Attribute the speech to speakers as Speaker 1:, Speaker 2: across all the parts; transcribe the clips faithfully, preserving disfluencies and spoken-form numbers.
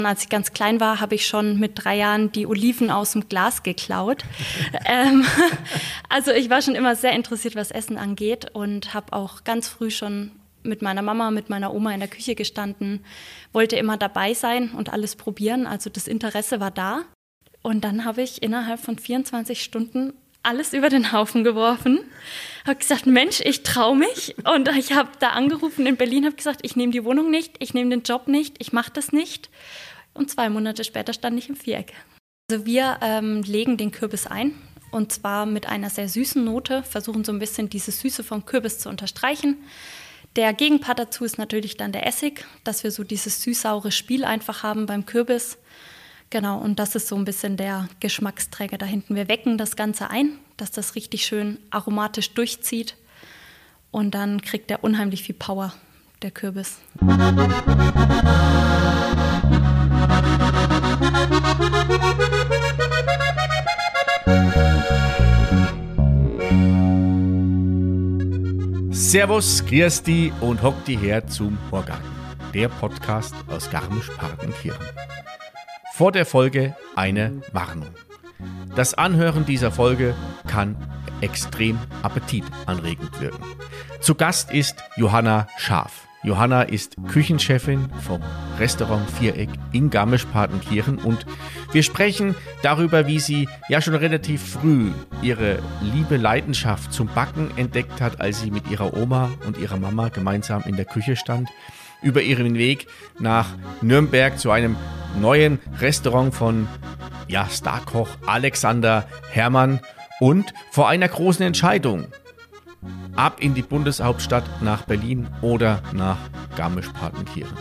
Speaker 1: Als ich ganz klein war, habe ich schon mit drei Jahren die Oliven aus dem Glas geklaut. ähm, also ich war schon immer sehr interessiert, was Essen angeht und habe auch ganz früh schon mit meiner Mama, mit meiner Oma in der Küche gestanden, wollte immer dabei sein und alles probieren. Also das Interesse war da. Und dann habe ich innerhalb von vierundzwanzig Stunden alles über den Haufen geworfen. Habe gesagt, Mensch, ich traue mich. Und ich habe da angerufen in Berlin, habe gesagt, ich nehme die Wohnung nicht, ich nehme den Job nicht, ich mache das nicht. Und zwei Monate später stand ich im Viereck. Also wir ähm, legen den Kürbis ein und zwar mit einer sehr süßen Note, versuchen so ein bisschen diese Süße vom Kürbis zu unterstreichen. Der Gegenpart dazu ist natürlich dann der Essig, dass wir so dieses süß-saure Spiel einfach haben beim Kürbis. Genau, und das ist so ein bisschen der Geschmacksträger da hinten. Wir wecken das Ganze ein, dass das richtig schön aromatisch durchzieht und dann kriegt der unheimlich viel Power, der Kürbis.
Speaker 2: Servus, grüß die und hockt die her zum Horgarten, der Podcast aus Garmisch-Partenkirchen. Vor der Folge eine Warnung. Das Anhören dieser Folge kann extrem appetitanregend wirken. Zu Gast ist Johanna Schaaf. Johanna ist Küchenchefin vom Restaurant Viereck in Garmisch-Partenkirchen und wir sprechen darüber, wie sie ja schon relativ früh ihre liebe Leidenschaft zum Backen entdeckt hat, als sie mit ihrer Oma und ihrer Mama gemeinsam in der Küche stand, über ihren Weg nach Nürnberg zu einem neuen Restaurant von ja, Starkoch Alexander Herrmann und vor einer großen Entscheidung. Ab in die Bundeshauptstadt nach Berlin oder nach Garmisch-Partenkirchen.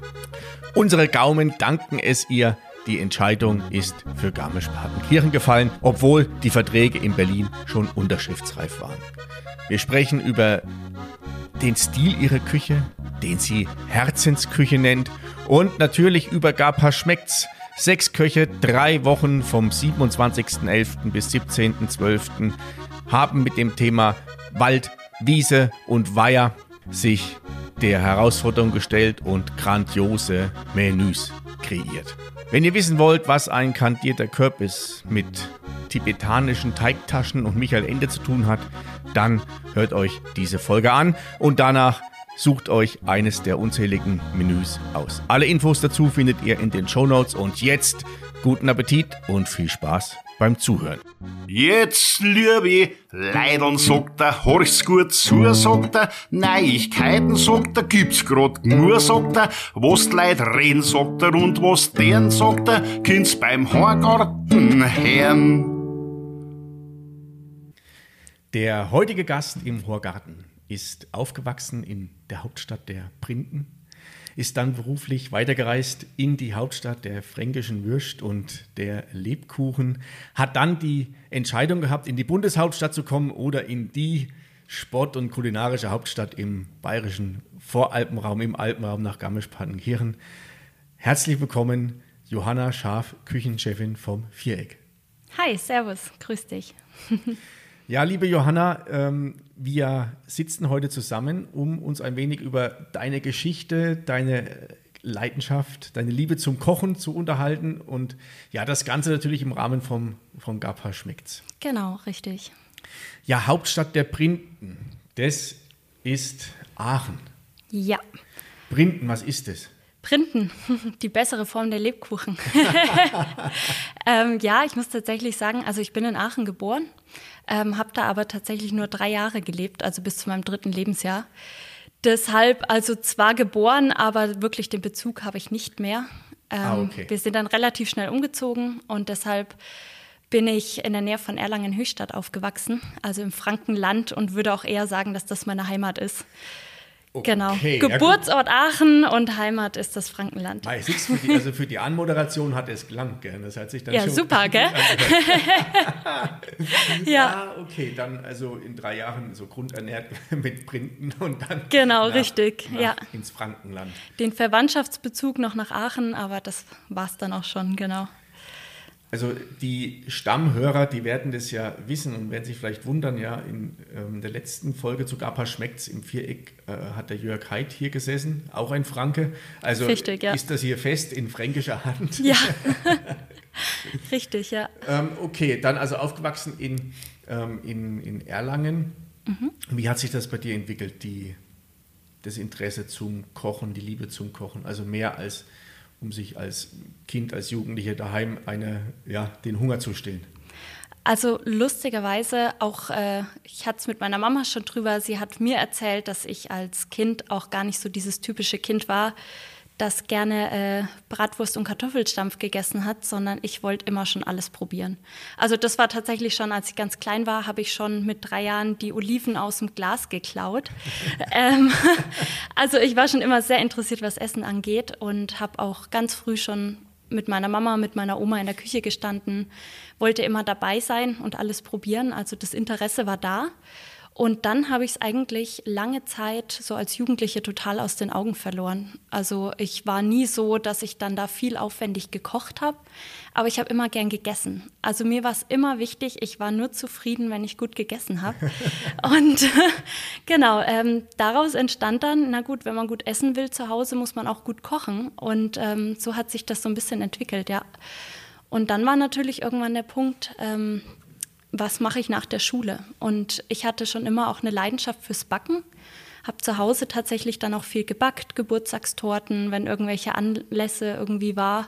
Speaker 2: Unsere Gaumen danken es ihr, die Entscheidung ist für Garmisch-Partenkirchen gefallen, obwohl die Verträge in Berlin schon unterschriftsreif waren. Wir sprechen über den Stil ihrer Küche, den sie Herzensküche nennt und natürlich über Gapa schmeckt's. Sechs Köche, drei Wochen vom siebenundzwanzigsten elften bis siebzehnten zwölften haben mit dem Thema Wald, Wiese und Weiher sich der Herausforderung gestellt und grandiose Menüs kreiert. Wenn ihr wissen wollt, was ein kandierter Kürbis mit tibetanischen Teigtaschen und Michael Ende zu tun hat, dann hört euch diese Folge an und danach sucht euch eines der unzähligen Menüs aus. Alle Infos dazu findet ihr in den Shownotes und jetzt guten Appetit und viel Spaß beim Zuhören.
Speaker 3: Jetzt, liebe Leidern, sagt er, horch's gut zu, sagt er, Neuigkeiten, sagt er, gibt's grad nur, sagt er, was die Leute reden, sagt er, und was deren, sagt er, kind's beim Horgarten hören.
Speaker 2: Der heutige Gast im Horgarten ist aufgewachsen in der Hauptstadt der Printen, ist dann beruflich weitergereist in die Hauptstadt der fränkischen Würst und der Lebkuchen, hat dann die Entscheidung gehabt, in die Bundeshauptstadt zu kommen oder in die Sport- und kulinarische Hauptstadt im bayerischen Voralpenraum, im Alpenraum nach Garmisch-Partenkirchen. Herzlich willkommen, Johanna Schaaf, Küchenchefin vom Viereck.
Speaker 1: Hi, servus, grüß dich.
Speaker 2: Ja, liebe Johanna, ähm, wir sitzen heute zusammen, um uns ein wenig über deine Geschichte, deine Leidenschaft, deine Liebe zum Kochen zu unterhalten und ja, das Ganze natürlich im Rahmen vom, vom Gapa schmeckt's.
Speaker 1: Genau, richtig.
Speaker 2: Ja, Hauptstadt der Printen, das ist Aachen.
Speaker 1: Ja.
Speaker 2: Printen, was ist das?
Speaker 1: Printen, die bessere Form der Lebkuchen. ähm, ja, ich muss tatsächlich sagen, also ich bin in Aachen geboren, ähm, habe da aber tatsächlich nur drei Jahre gelebt, also bis zu meinem dritten Lebensjahr. Deshalb also zwar geboren, aber wirklich den Bezug habe ich nicht mehr. Ähm,
Speaker 2: ah, okay.
Speaker 1: Wir sind dann relativ schnell umgezogen und deshalb bin ich in der Nähe von Erlangen-Höchstadt aufgewachsen, also im Frankenland und würde auch eher sagen, dass das meine Heimat ist.
Speaker 2: Okay,
Speaker 1: genau.
Speaker 2: Ja,
Speaker 1: Geburtsort Aachen und Heimat ist das Frankenland.
Speaker 2: Für die, also für die Anmoderation hat es gelangt, gell? Das hat sich dann
Speaker 1: ja,
Speaker 2: schon
Speaker 1: super, gell?
Speaker 2: ja. ja, okay, dann also in drei Jahren so grundernährt mit Printen und dann
Speaker 1: genau,
Speaker 2: nach,
Speaker 1: richtig,
Speaker 2: nach
Speaker 1: ja.
Speaker 2: ins Frankenland.
Speaker 1: Den Verwandtschaftsbezug noch nach Aachen, aber das war es dann auch schon, genau.
Speaker 2: Also die Stammhörer, die werden das ja wissen und werden sich vielleicht wundern, ja, in ähm, der letzten Folge zu Gapa schmeckt's im Viereck äh, hat der Jörg Heid hier gesessen, auch ein Franke. Also
Speaker 1: Richtig, ja.
Speaker 2: Ist das hier fest in fränkischer Hand?
Speaker 1: Ja, richtig, ja.
Speaker 2: ähm, okay, dann also aufgewachsen in, ähm, in, in Erlangen. Mhm. Wie hat sich das bei dir entwickelt, die, das Interesse zum Kochen, die Liebe zum Kochen? Also mehr als um sich als Kind, als Jugendliche daheim eine, ja, den Hunger zu stillen?
Speaker 1: Also lustigerweise auch, äh, ich hatte es mit meiner Mama schon drüber, sie hat mir erzählt, dass ich als Kind auch gar nicht so dieses typische Kind war, das gerne äh, Bratwurst und Kartoffelstampf gegessen hat, sondern ich wollte immer schon alles probieren. Also das war tatsächlich schon, als ich ganz klein war, habe ich schon mit drei Jahren die Oliven aus dem Glas geklaut. ähm, also ich war schon immer sehr interessiert, was Essen angeht und habe auch ganz früh schon mit meiner Mama, mit meiner Oma in der Küche gestanden, wollte immer dabei sein und alles probieren. Also das Interesse war da. Und dann habe ich es eigentlich lange Zeit so als Jugendliche total aus den Augen verloren. Also ich war nie so, dass ich dann da viel aufwendig gekocht habe, aber ich habe immer gern gegessen. Also mir war es immer wichtig, ich war nur zufrieden, wenn ich gut gegessen habe. Und genau, ähm, daraus entstand dann, na gut, wenn man gut essen will zu Hause, muss man auch gut kochen. Und ähm, so hat sich das so ein bisschen entwickelt, ja. Und dann war natürlich irgendwann der Punkt, ähm, was mache ich nach der Schule? Und ich hatte schon immer auch eine Leidenschaft fürs Backen, habe zu Hause tatsächlich dann auch viel gebackt, Geburtstagstorten, wenn irgendwelche Anlässe irgendwie war.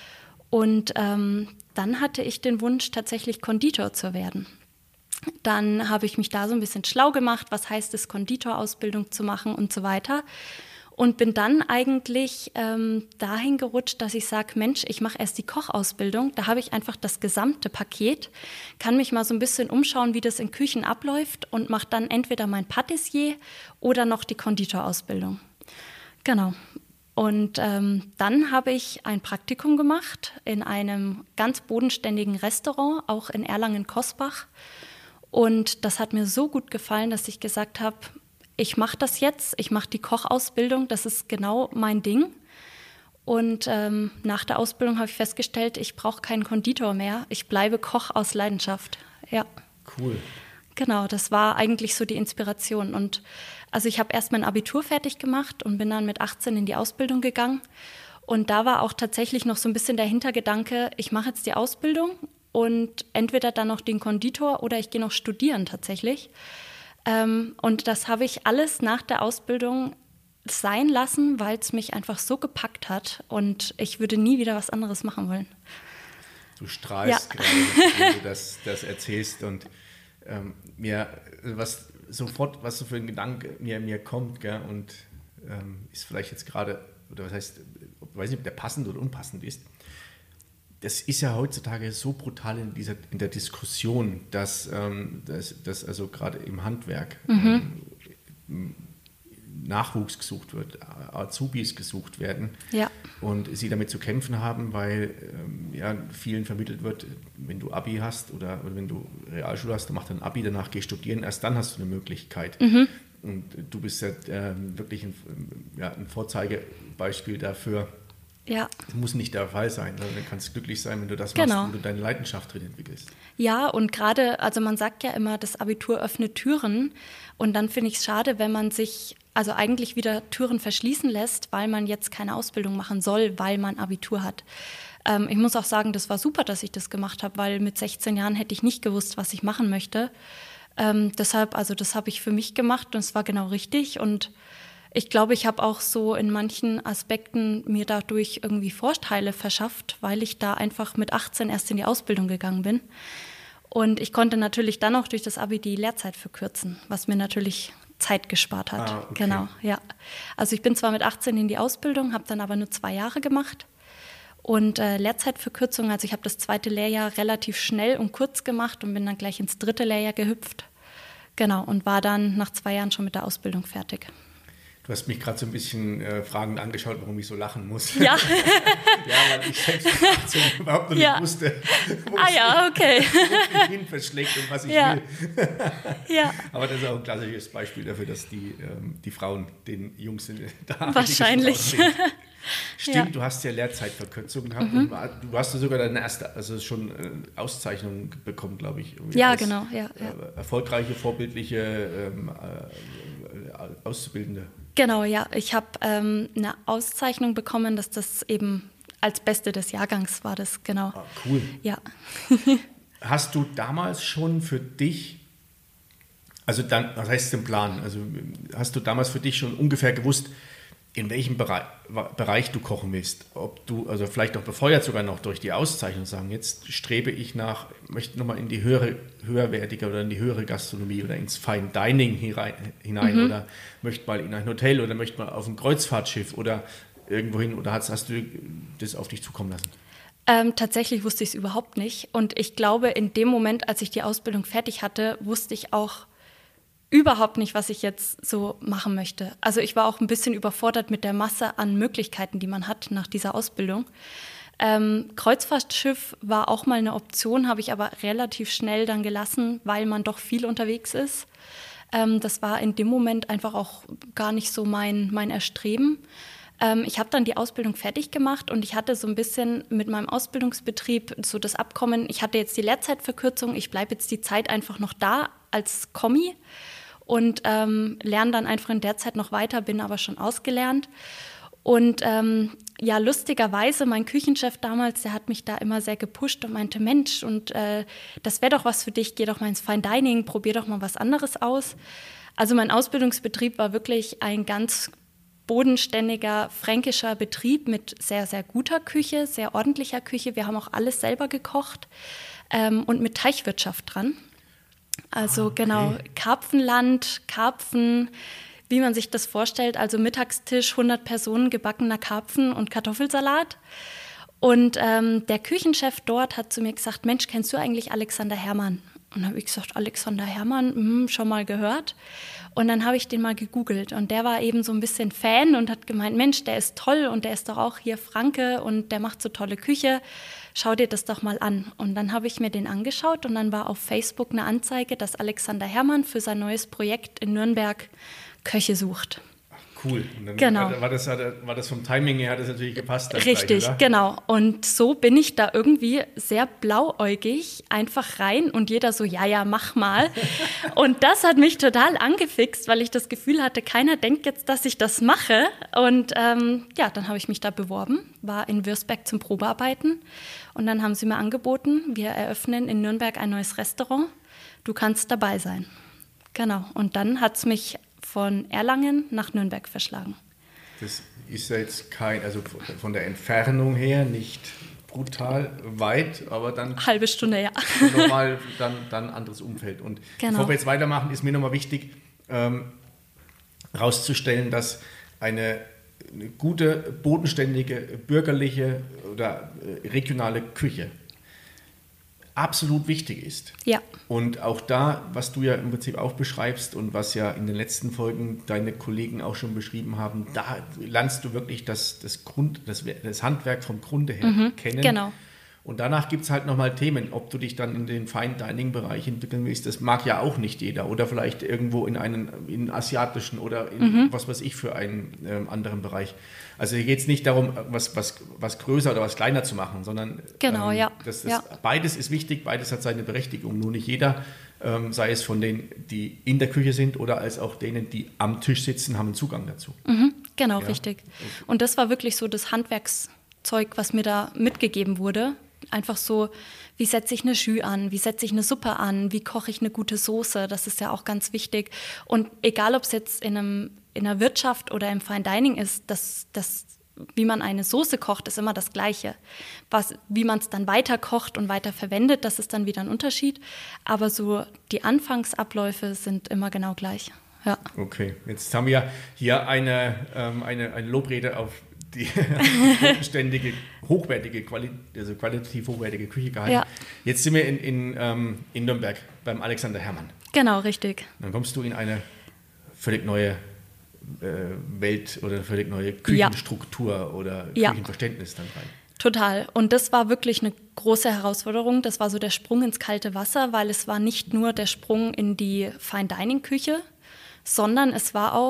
Speaker 1: Und ähm, dann hatte ich den Wunsch, tatsächlich Konditor zu werden. Dann habe ich mich da so ein bisschen schlau gemacht, was heißt es, Konditorausbildung zu machen und so weiter. Und bin dann eigentlich ähm, dahin gerutscht, dass ich sage, Mensch, ich mache erst die Kochausbildung, da habe ich einfach das gesamte Paket, kann mich mal so ein bisschen umschauen, wie das in Küchen abläuft und mache dann entweder mein Patissier oder noch die Konditorausbildung. Genau. Und ähm, dann habe ich ein Praktikum gemacht in einem ganz bodenständigen Restaurant, auch in Erlangen-Kosbach. Und das hat mir so gut gefallen, dass ich gesagt habe, ich mache das jetzt, ich mache die Kochausbildung, das ist genau mein Ding. Und ähm, nach der Ausbildung habe ich festgestellt, ich brauche keinen Konditor mehr, ich bleibe Koch aus Leidenschaft. Ja.
Speaker 2: Cool.
Speaker 1: Genau, das war eigentlich so die Inspiration. Und also ich habe erst mein Abitur fertig gemacht und bin dann mit achtzehn in die Ausbildung gegangen. Und da war auch tatsächlich noch so ein bisschen der Hintergedanke, ich mache jetzt die Ausbildung und entweder dann noch den Konditor oder ich gehe noch studieren tatsächlich. Ähm, und das habe ich alles nach der Ausbildung sein lassen, weil es mich einfach so gepackt hat und ich würde nie wieder was anderes machen wollen.
Speaker 2: Du strahlst ja. gerade, wenn du das, das erzählst und ähm, mir was sofort, was so für ein Gedanke mir, mir kommt, gell, und ähm, ist vielleicht jetzt gerade, oder was heißt, ich weiß nicht, ob der passend oder unpassend ist. Das ist ja heutzutage so brutal in, dieser, in der Diskussion, dass, ähm, dass, dass also gerade im Handwerk mhm. ähm, Nachwuchs gesucht wird, Azubis gesucht werden
Speaker 1: ja.
Speaker 2: und sie damit zu kämpfen haben, weil ähm, ja, vielen vermittelt wird, wenn du Abi hast oder, oder wenn du Realschule hast, dann mach dann Abi, danach geh studieren, erst dann hast du eine Möglichkeit. Mhm. Und du bist ja ähm, wirklich ein, ja, ein Vorzeigebeispiel dafür.
Speaker 1: Ja.
Speaker 2: Das muss nicht der Fall sein, sondern du kannst glücklich sein, wenn du das
Speaker 1: genau.
Speaker 2: machst und du deine Leidenschaft drin entwickelst.
Speaker 1: Ja, und gerade, also man sagt ja immer, das Abitur öffnet Türen und dann finde ich es schade, wenn man sich also eigentlich wieder Türen verschließen lässt, weil man jetzt keine Ausbildung machen soll, weil man Abitur hat. Ähm, ich muss auch sagen, das war super, dass ich das gemacht habe, weil mit sechzehn Jahren hätte ich nicht gewusst, was ich machen möchte. Ähm, deshalb, also das habe ich für mich gemacht und es war genau richtig und ich glaube, ich habe auch so in manchen Aspekten mir dadurch irgendwie Vorteile verschafft, weil ich da einfach mit achtzehn erst in die Ausbildung gegangen bin. Und ich konnte natürlich dann auch durch das Abi die Lehrzeit verkürzen, was mir natürlich Zeit gespart hat.
Speaker 2: Ah, okay.
Speaker 1: Genau, ja. Also ich bin zwar mit achtzehn in die Ausbildung, habe dann aber nur zwei Jahre gemacht. Und äh, Lehrzeitverkürzung, also ich habe das zweite Lehrjahr relativ schnell und kurz gemacht und bin dann gleich ins dritte Lehrjahr gehüpft. Genau, und war dann nach zwei Jahren schon mit der Ausbildung fertig.
Speaker 2: Du hast mich gerade so ein bisschen äh, fragend angeschaut, warum ich so lachen muss.
Speaker 1: Ja.
Speaker 2: Ja, weil ich selbst mit achtzehn überhaupt noch
Speaker 1: ja.
Speaker 2: nicht wusste, wo
Speaker 1: ah, ja, okay.
Speaker 2: es mich hin verschlägt und was ich
Speaker 1: ja.
Speaker 2: will.
Speaker 1: Ja.
Speaker 2: Aber das ist auch ein klassisches Beispiel dafür, dass die, ähm, die Frauen den Jungs da
Speaker 1: wahrscheinlich.
Speaker 2: Stimmt,
Speaker 1: Ja.
Speaker 2: du hast ja Lehrzeitverkürzung gehabt.
Speaker 1: Mhm.
Speaker 2: Und du hast ja sogar deine erste, also schon äh, Auszeichnung bekommen, glaube ich. irgendwie
Speaker 1: Ja,
Speaker 2: als,
Speaker 1: genau, ja, ja.
Speaker 2: Äh, erfolgreiche, vorbildliche ähm, äh, Auszubildende.
Speaker 1: Genau, ja. Ich habe ähm, eine Auszeichnung bekommen, dass das eben als Beste des Jahrgangs war, das, genau.
Speaker 2: Ah, cool.
Speaker 1: Ja.
Speaker 2: Hast du damals schon für dich, also dann, was heißt den Plan? Also hast du damals für dich schon ungefähr gewusst, in welchem Bereich, Bereich du kochen willst? Ob du, also vielleicht auch befeuert sogar noch durch die Auszeichnung sagen, jetzt strebe ich nach, möchte nochmal in die höhere, höherwertige oder in die höhere Gastronomie oder ins Fine Dining hinein, hinein
Speaker 1: Mhm.
Speaker 2: oder möchte mal in ein Hotel oder möchte mal auf ein Kreuzfahrtschiff oder irgendwo hin, oder hast, hast du das auf dich zukommen lassen?
Speaker 1: Ähm, tatsächlich wusste ich es überhaupt nicht. Und ich glaube, in dem Moment, als ich die Ausbildung fertig hatte, wusste ich auch überhaupt nicht, was ich jetzt so machen möchte. Also ich war auch ein bisschen überfordert mit der Masse an Möglichkeiten, die man hat nach dieser Ausbildung. Ähm, Kreuzfahrtschiff war auch mal eine Option, habe ich aber relativ schnell dann gelassen, weil man doch viel unterwegs ist. Ähm, das war in dem Moment einfach auch gar nicht so mein, mein Erstreben. Ähm, ich habe dann die Ausbildung fertig gemacht und ich hatte so ein bisschen mit meinem Ausbildungsbetrieb so das Abkommen, ich hatte jetzt die Lehrzeitverkürzung, ich bleibe jetzt die Zeit einfach noch da als Kommi und ähm, lerne dann einfach in der Zeit noch weiter, bin aber schon ausgelernt. Und ähm, ja, lustigerweise, mein Küchenchef damals, der hat mich da immer sehr gepusht und meinte, Mensch, und äh, das wäre doch was für dich, geh doch mal ins Fine Dining, probier doch mal was anderes aus. Also mein Ausbildungsbetrieb war wirklich ein ganz bodenständiger fränkischer Betrieb mit sehr, sehr guter Küche, sehr ordentlicher Küche. Wir haben auch alles selber gekocht ähm, und mit Teichwirtschaft dran. Also
Speaker 2: Ah, okay.
Speaker 1: genau, Karpfenland, Karpfen, wie man sich das vorstellt, also Mittagstisch, hundert Personen, gebackener Karpfen und Kartoffelsalat. Und ähm, der Küchenchef dort hat zu mir gesagt, Mensch, kennst du eigentlich Alexander Herrmann? Und dann habe ich gesagt, Alexander Herrmann, hm, schon mal gehört. Und dann habe ich den mal gegoogelt und der war eben so ein bisschen Fan und hat gemeint, Mensch, der ist toll und der ist doch auch hier Franke und der macht so tolle Küche. Schau dir das doch mal an. Und dann habe ich mir den angeschaut und dann war auf Facebook eine Anzeige, dass Alexander Herrmann für sein neues Projekt in Nürnberg Köche sucht.
Speaker 2: Cool. Und dann
Speaker 1: Genau.
Speaker 2: war, war, das, war das vom Timing her, hat das natürlich gepasst. dann gleich,
Speaker 1: Richtig,
Speaker 2: oder?
Speaker 1: genau. Und so bin ich da irgendwie sehr blauäugig einfach rein und jeder so, ja, ja, mach mal. Und das hat mich total angefixt, weil ich das Gefühl hatte, keiner denkt jetzt, dass ich das mache. Und ähm, ja, dann habe ich mich da beworben, war in Würzberg zum Probearbeiten und dann haben sie mir angeboten, wir eröffnen in Nürnberg ein neues Restaurant, du kannst dabei sein. Genau, und dann hat es mich von Erlangen nach Nürnberg verschlagen.
Speaker 2: Das ist ja jetzt kein, also von der Entfernung her nicht brutal weit, aber dann
Speaker 1: Halbe Stunde, ja.
Speaker 2: nochmal dann, dann ein anderes Umfeld. Und
Speaker 1: Genau.
Speaker 2: bevor wir jetzt weitermachen, ist mir nochmal wichtig, ähm, herauszustellen, dass eine, eine gute, bodenständige, bürgerliche oder äh, regionale Küche absolut wichtig ist.
Speaker 1: Ja.
Speaker 2: Und auch da, was du ja im Prinzip auch beschreibst und was ja in den letzten Folgen deine Kollegen auch schon beschrieben haben, da lernst du wirklich das, das, Grund, das, das Handwerk vom Grunde her
Speaker 1: Mhm,
Speaker 2: kennen.
Speaker 1: genau.
Speaker 2: Und danach gibt es halt nochmal Themen, ob du dich dann in den Fine Dining Bereich entwickeln willst, das mag ja auch nicht jeder. Oder vielleicht irgendwo in einen, in einen asiatischen oder in
Speaker 1: Mhm.
Speaker 2: was weiß ich für einen ähm, anderen Bereich. Also hier geht es nicht darum, was, was, was größer oder was kleiner zu machen, sondern
Speaker 1: Genau, ja.
Speaker 2: das, das,
Speaker 1: Ja.
Speaker 2: beides ist wichtig, beides hat seine Berechtigung. Nur nicht jeder, ähm, sei es von denen, die in der Küche sind oder als auch denen, die am Tisch sitzen, haben einen Zugang dazu.
Speaker 1: Mhm, genau,
Speaker 2: Ja.
Speaker 1: richtig. Und das war wirklich so das Handwerkszeug, was mir da mitgegeben wurde. Einfach so, wie setze ich eine Jus an, wie setze ich eine Suppe an, wie koche ich eine gute Soße, das ist ja auch ganz wichtig. Und egal, ob es jetzt in, einem, in einer Wirtschaft oder im Fine Dining ist, das, das, wie man eine Soße kocht, ist immer das Gleiche. Was, wie man es dann weiter kocht und weiter verwendet, das ist dann wieder ein Unterschied. Aber so die Anfangsabläufe sind immer genau gleich. Ja.
Speaker 2: Okay, jetzt haben wir hier eine, ähm, eine, eine Lobrede auf die ständige, hochwertige, quali also qualitativ hochwertige Küche gehalten.
Speaker 1: Ja.
Speaker 2: Jetzt sind wir in, in, ähm, in Nürnberg beim Alexander Herrmann.
Speaker 1: Genau, richtig.
Speaker 2: Dann kommst du in eine völlig neue äh, Welt oder eine völlig neue Küchenstruktur oder
Speaker 1: Ja.
Speaker 2: Küchenverständnis dann rein.
Speaker 1: Total. Und das war wirklich eine große Herausforderung. Das war so der Sprung ins kalte Wasser, weil es war nicht nur der Sprung in die Fine-Dining-Küche, sondern es war auch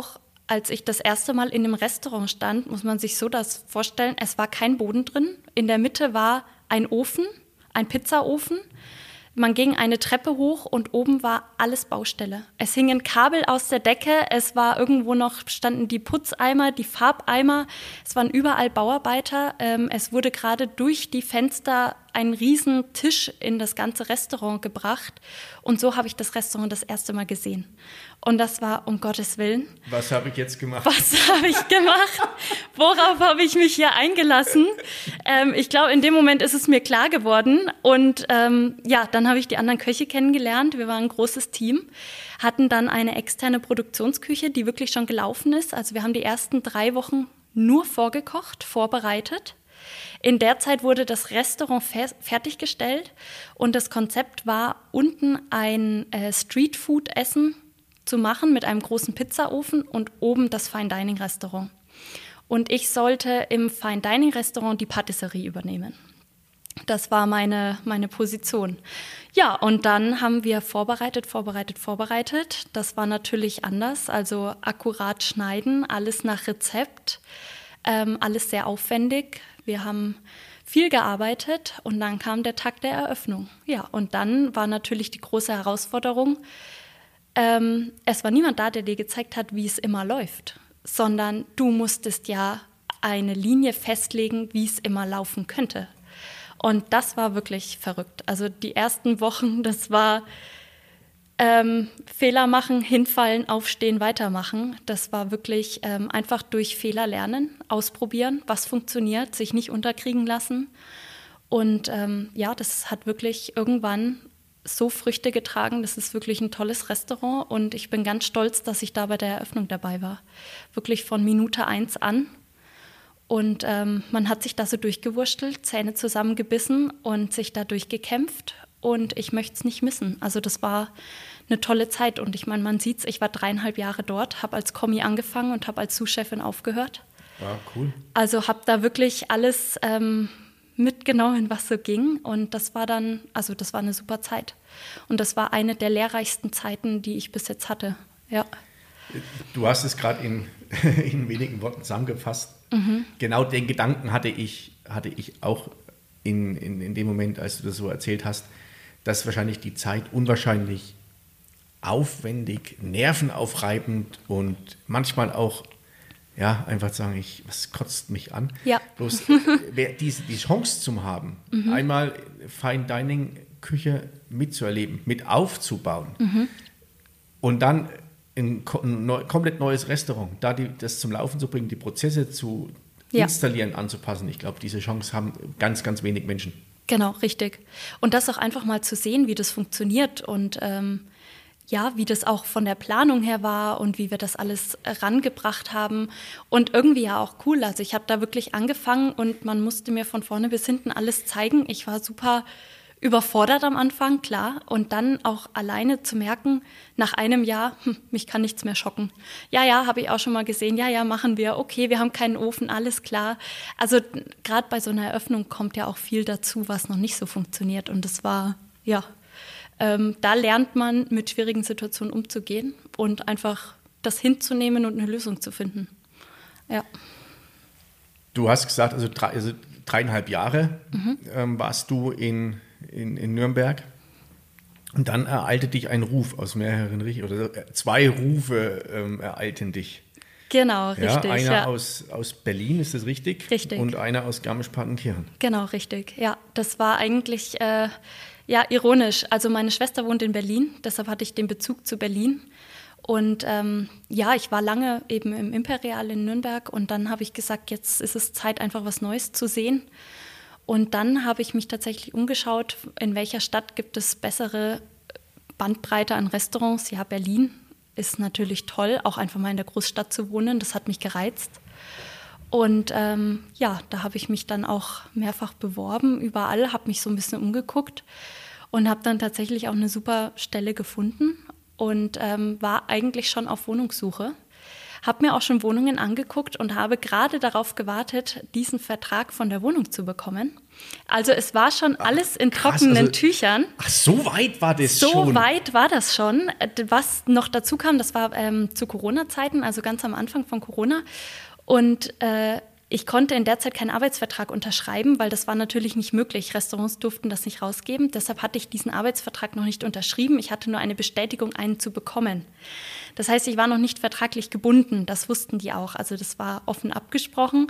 Speaker 1: als ich das erste Mal in dem Restaurant stand, muss man sich so das vorstellen, es war kein Boden drin. In der Mitte war ein Ofen, ein Pizzaofen. Man ging eine Treppe hoch und oben war alles Baustelle. Es hingen Kabel aus der Decke, es war irgendwo noch, standen die Putzeimer, die Farbeimer, es waren überall Bauarbeiter. Ähm, es wurde gerade durch die Fenster ein riesen Tisch in das ganze Restaurant gebracht. Und so habe ich das Restaurant das erste Mal gesehen. Und das war, um Gottes Willen.
Speaker 2: Was habe ich jetzt gemacht?
Speaker 1: Was habe ich gemacht? Worauf habe ich mich hier eingelassen? Ähm, ich glaube, in dem Moment ist es mir klar geworden. Und ähm, ja, dann habe ich die anderen Köche kennengelernt. Wir waren ein großes Team, hatten dann eine externe Produktionsküche, die wirklich schon gelaufen ist. Also wir haben die ersten drei Wochen nur vorgekocht, vorbereitet. In der Zeit wurde das Restaurant fer- fertiggestellt und das Konzept war, unten ein äh, Streetfood-Essen zu machen mit einem großen Pizzaofen und oben das Fine-Dining-Restaurant. Und ich sollte im Fine-Dining-Restaurant die Patisserie übernehmen. Das war meine, meine Position. Ja, und dann haben wir vorbereitet, vorbereitet, vorbereitet. Das war natürlich anders, also akkurat schneiden, alles nach Rezept, ähm, alles sehr aufwendig. Wir haben viel gearbeitet und dann kam der Tag der Eröffnung. Ja, und dann war natürlich die große Herausforderung, ähm, es war niemand da, der dir gezeigt hat, wie es immer läuft, sondern du musstest ja eine Linie festlegen, wie es immer laufen könnte. Und das war wirklich verrückt. Also die ersten Wochen, das war ähm, Fehler machen, hinfallen, aufstehen, weitermachen. Das war wirklich ähm, einfach durch Fehler lernen, ausprobieren, was funktioniert, sich nicht unterkriegen lassen. Und ähm, ja, das hat wirklich irgendwann so Früchte getragen. Das ist wirklich ein tolles Restaurant und ich bin ganz stolz, dass ich da bei der Eröffnung dabei war. Wirklich von Minute eins an. Und ähm, man hat sich da so durchgewurstelt, Zähne zusammengebissen und sich da durchgekämpft. Und ich möchte es nicht missen. Also das war eine tolle Zeit. Und ich meine, man sieht es, ich war dreieinhalb Jahre dort, habe als Kommi angefangen und habe als Sous-Chefin aufgehört.
Speaker 2: Ja, cool.
Speaker 1: Also habe da wirklich alles ähm, mitgenommen, was so ging. Und das war dann, also das war eine super Zeit. Und das war eine der lehrreichsten Zeiten, die ich bis jetzt hatte. Ja.
Speaker 2: Du hast es gerade in, in wenigen Worten zusammengefasst. Mhm. Genau den Gedanken hatte ich, hatte ich auch in, in, in dem Moment, als du das so erzählt hast, dass wahrscheinlich die Zeit unwahrscheinlich aufwendig, nervenaufreibend und manchmal auch, ja, einfach sagen, ich, was kotzt mich an.
Speaker 1: Ja.
Speaker 2: Bloß wer diese, die Chance zu haben, mhm. einmal Fine Dining Küche mitzuerleben, mit aufzubauen mhm. und dann ein, ein neu, komplett neues Restaurant, da die, das zum Laufen zu bringen, die Prozesse zu ja. installieren, anzupassen. Ich glaube, diese Chance haben ganz, ganz wenig Menschen.
Speaker 1: Genau, richtig. Und das auch einfach mal zu sehen, wie das funktioniert und ähm, ja, wie das auch von der Planung her war und wie wir das alles rangebracht haben und irgendwie ja auch cool. Also ich habe da wirklich angefangen und man musste mir von vorne bis hinten alles zeigen. Ich war super überfordert am Anfang, klar. Und dann auch alleine zu merken, nach einem Jahr, hm, mich kann nichts mehr schocken. Ja, ja, habe ich auch schon mal gesehen. Ja, ja, machen wir. Okay, wir haben keinen Ofen, alles klar. Also gerade bei so einer Eröffnung kommt ja auch viel dazu, was noch nicht so funktioniert. Und das war, ja, ähm, da lernt man, mit schwierigen Situationen umzugehen und einfach das hinzunehmen und eine Lösung zu finden. Ja.
Speaker 2: Du hast gesagt, also, drei, also dreieinhalb Jahre mhm. ähm, warst du in In, in Nürnberg. Und dann ereilte dich ein Ruf aus mehreren Richtungen, oder zwei Rufe ähm, ereilten dich.
Speaker 1: Genau, richtig.
Speaker 2: Ja, einer
Speaker 1: ja.
Speaker 2: aus, aus Berlin, ist das richtig?
Speaker 1: Richtig.
Speaker 2: Und einer aus Garmisch-Partenkirchen.
Speaker 1: Genau, richtig. Ja, das war eigentlich äh, ja, ironisch. Also meine Schwester wohnt in Berlin, deshalb hatte ich den Bezug zu Berlin. Und ähm, ja, ich war lange eben im Imperial in Nürnberg und dann habe ich gesagt, jetzt ist es Zeit, einfach was Neues zu sehen. Und dann habe ich mich tatsächlich umgeschaut, in welcher Stadt gibt es bessere Bandbreite an Restaurants. Ja, Berlin ist natürlich toll, auch einfach mal in der Großstadt zu wohnen. Das hat mich gereizt. Und ähm, ja, da habe ich mich dann auch mehrfach beworben, überall, habe mich so ein bisschen umgeguckt und habe dann tatsächlich auch eine super Stelle gefunden und ähm, war eigentlich schon auf Wohnungssuche. habe mir auch schon Wohnungen angeguckt und habe gerade darauf gewartet, diesen Vertrag von der Wohnung zu bekommen. Also es war schon alles in
Speaker 2: krass,
Speaker 1: trockenen
Speaker 2: also,
Speaker 1: Tüchern.
Speaker 2: Ach, so weit war das
Speaker 1: so
Speaker 2: schon?
Speaker 1: So weit war das schon. Was noch dazu kam, das war ähm, zu Corona-Zeiten, also ganz am Anfang von Corona. Und äh, ich konnte in der Zeit keinen Arbeitsvertrag unterschreiben, weil das war natürlich nicht möglich. Restaurants durften das nicht rausgeben. Deshalb hatte ich diesen Arbeitsvertrag noch nicht unterschrieben. Ich hatte nur eine Bestätigung, einen zu bekommen. Das heißt, ich war noch nicht vertraglich gebunden. Das wussten die auch. Also das war offen abgesprochen.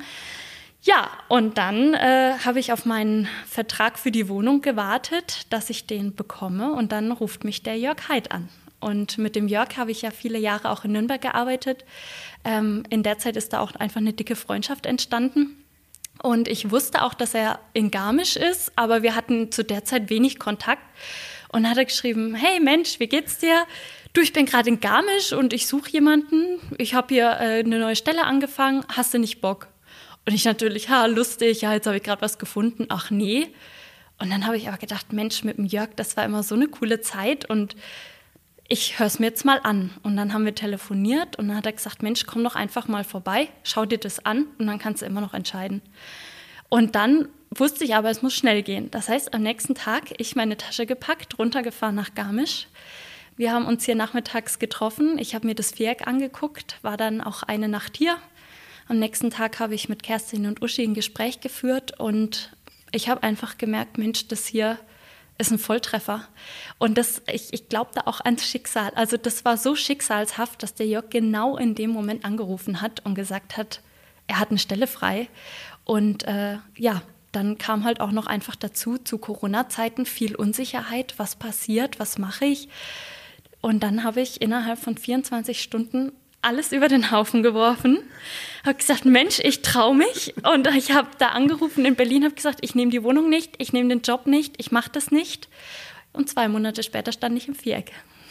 Speaker 1: Ja, und dann äh, habe ich auf meinen Vertrag für die Wohnung gewartet, dass ich den bekomme. Und dann ruft mich der Jörg Heid an. Und mit dem Jörg habe ich ja viele Jahre auch in Nürnberg gearbeitet. Ähm, in der Zeit ist da auch einfach eine dicke Freundschaft entstanden. Und ich wusste auch, dass er in Garmisch ist, aber wir hatten zu der Zeit wenig Kontakt. Und dann hat er geschrieben, hey Mensch, wie geht's dir? Du, ich bin gerade in Garmisch und ich suche jemanden. Ich habe hier äh, eine neue Stelle angefangen. Hast du nicht Bock? Und ich natürlich, ha, lustig, ja, jetzt habe ich gerade was gefunden. Ach nee. Und dann habe ich aber gedacht, Mensch, mit dem Jörg, das war immer so eine coole Zeit und ich höre es mir jetzt mal an. Und dann haben wir telefoniert und dann hat er gesagt, Mensch, komm doch einfach mal vorbei, schau dir das an und dann kannst du immer noch entscheiden. Und dann wusste ich aber, es muss schnell gehen. Das heißt, am nächsten Tag, ich meine Tasche gepackt, runtergefahren nach Garmisch. Wir haben uns hier nachmittags getroffen. Ich habe mir das Viereck angeguckt, war dann auch eine Nacht hier. Am nächsten Tag habe ich mit Kerstin und Uschi ein Gespräch geführt und ich habe einfach gemerkt, Mensch, das hier ist ein Volltreffer. Und das, ich, ich glaube da auch ans Schicksal. Also das war so schicksalshaft, dass der Jörg genau in dem Moment angerufen hat und gesagt hat, er hat eine Stelle frei. Und äh, ja, dann kam halt auch noch einfach dazu, zu Corona-Zeiten viel Unsicherheit. Was passiert? Was mache ich? Und dann habe ich innerhalb von vierundzwanzig Stunden alles über den Haufen geworfen. Habe gesagt, Mensch, ich traue mich. Und ich habe da angerufen in Berlin, habe gesagt, ich nehme die Wohnung nicht, ich nehme den Job nicht, ich mache das nicht. Und zwei Monate später stand ich im Viereck.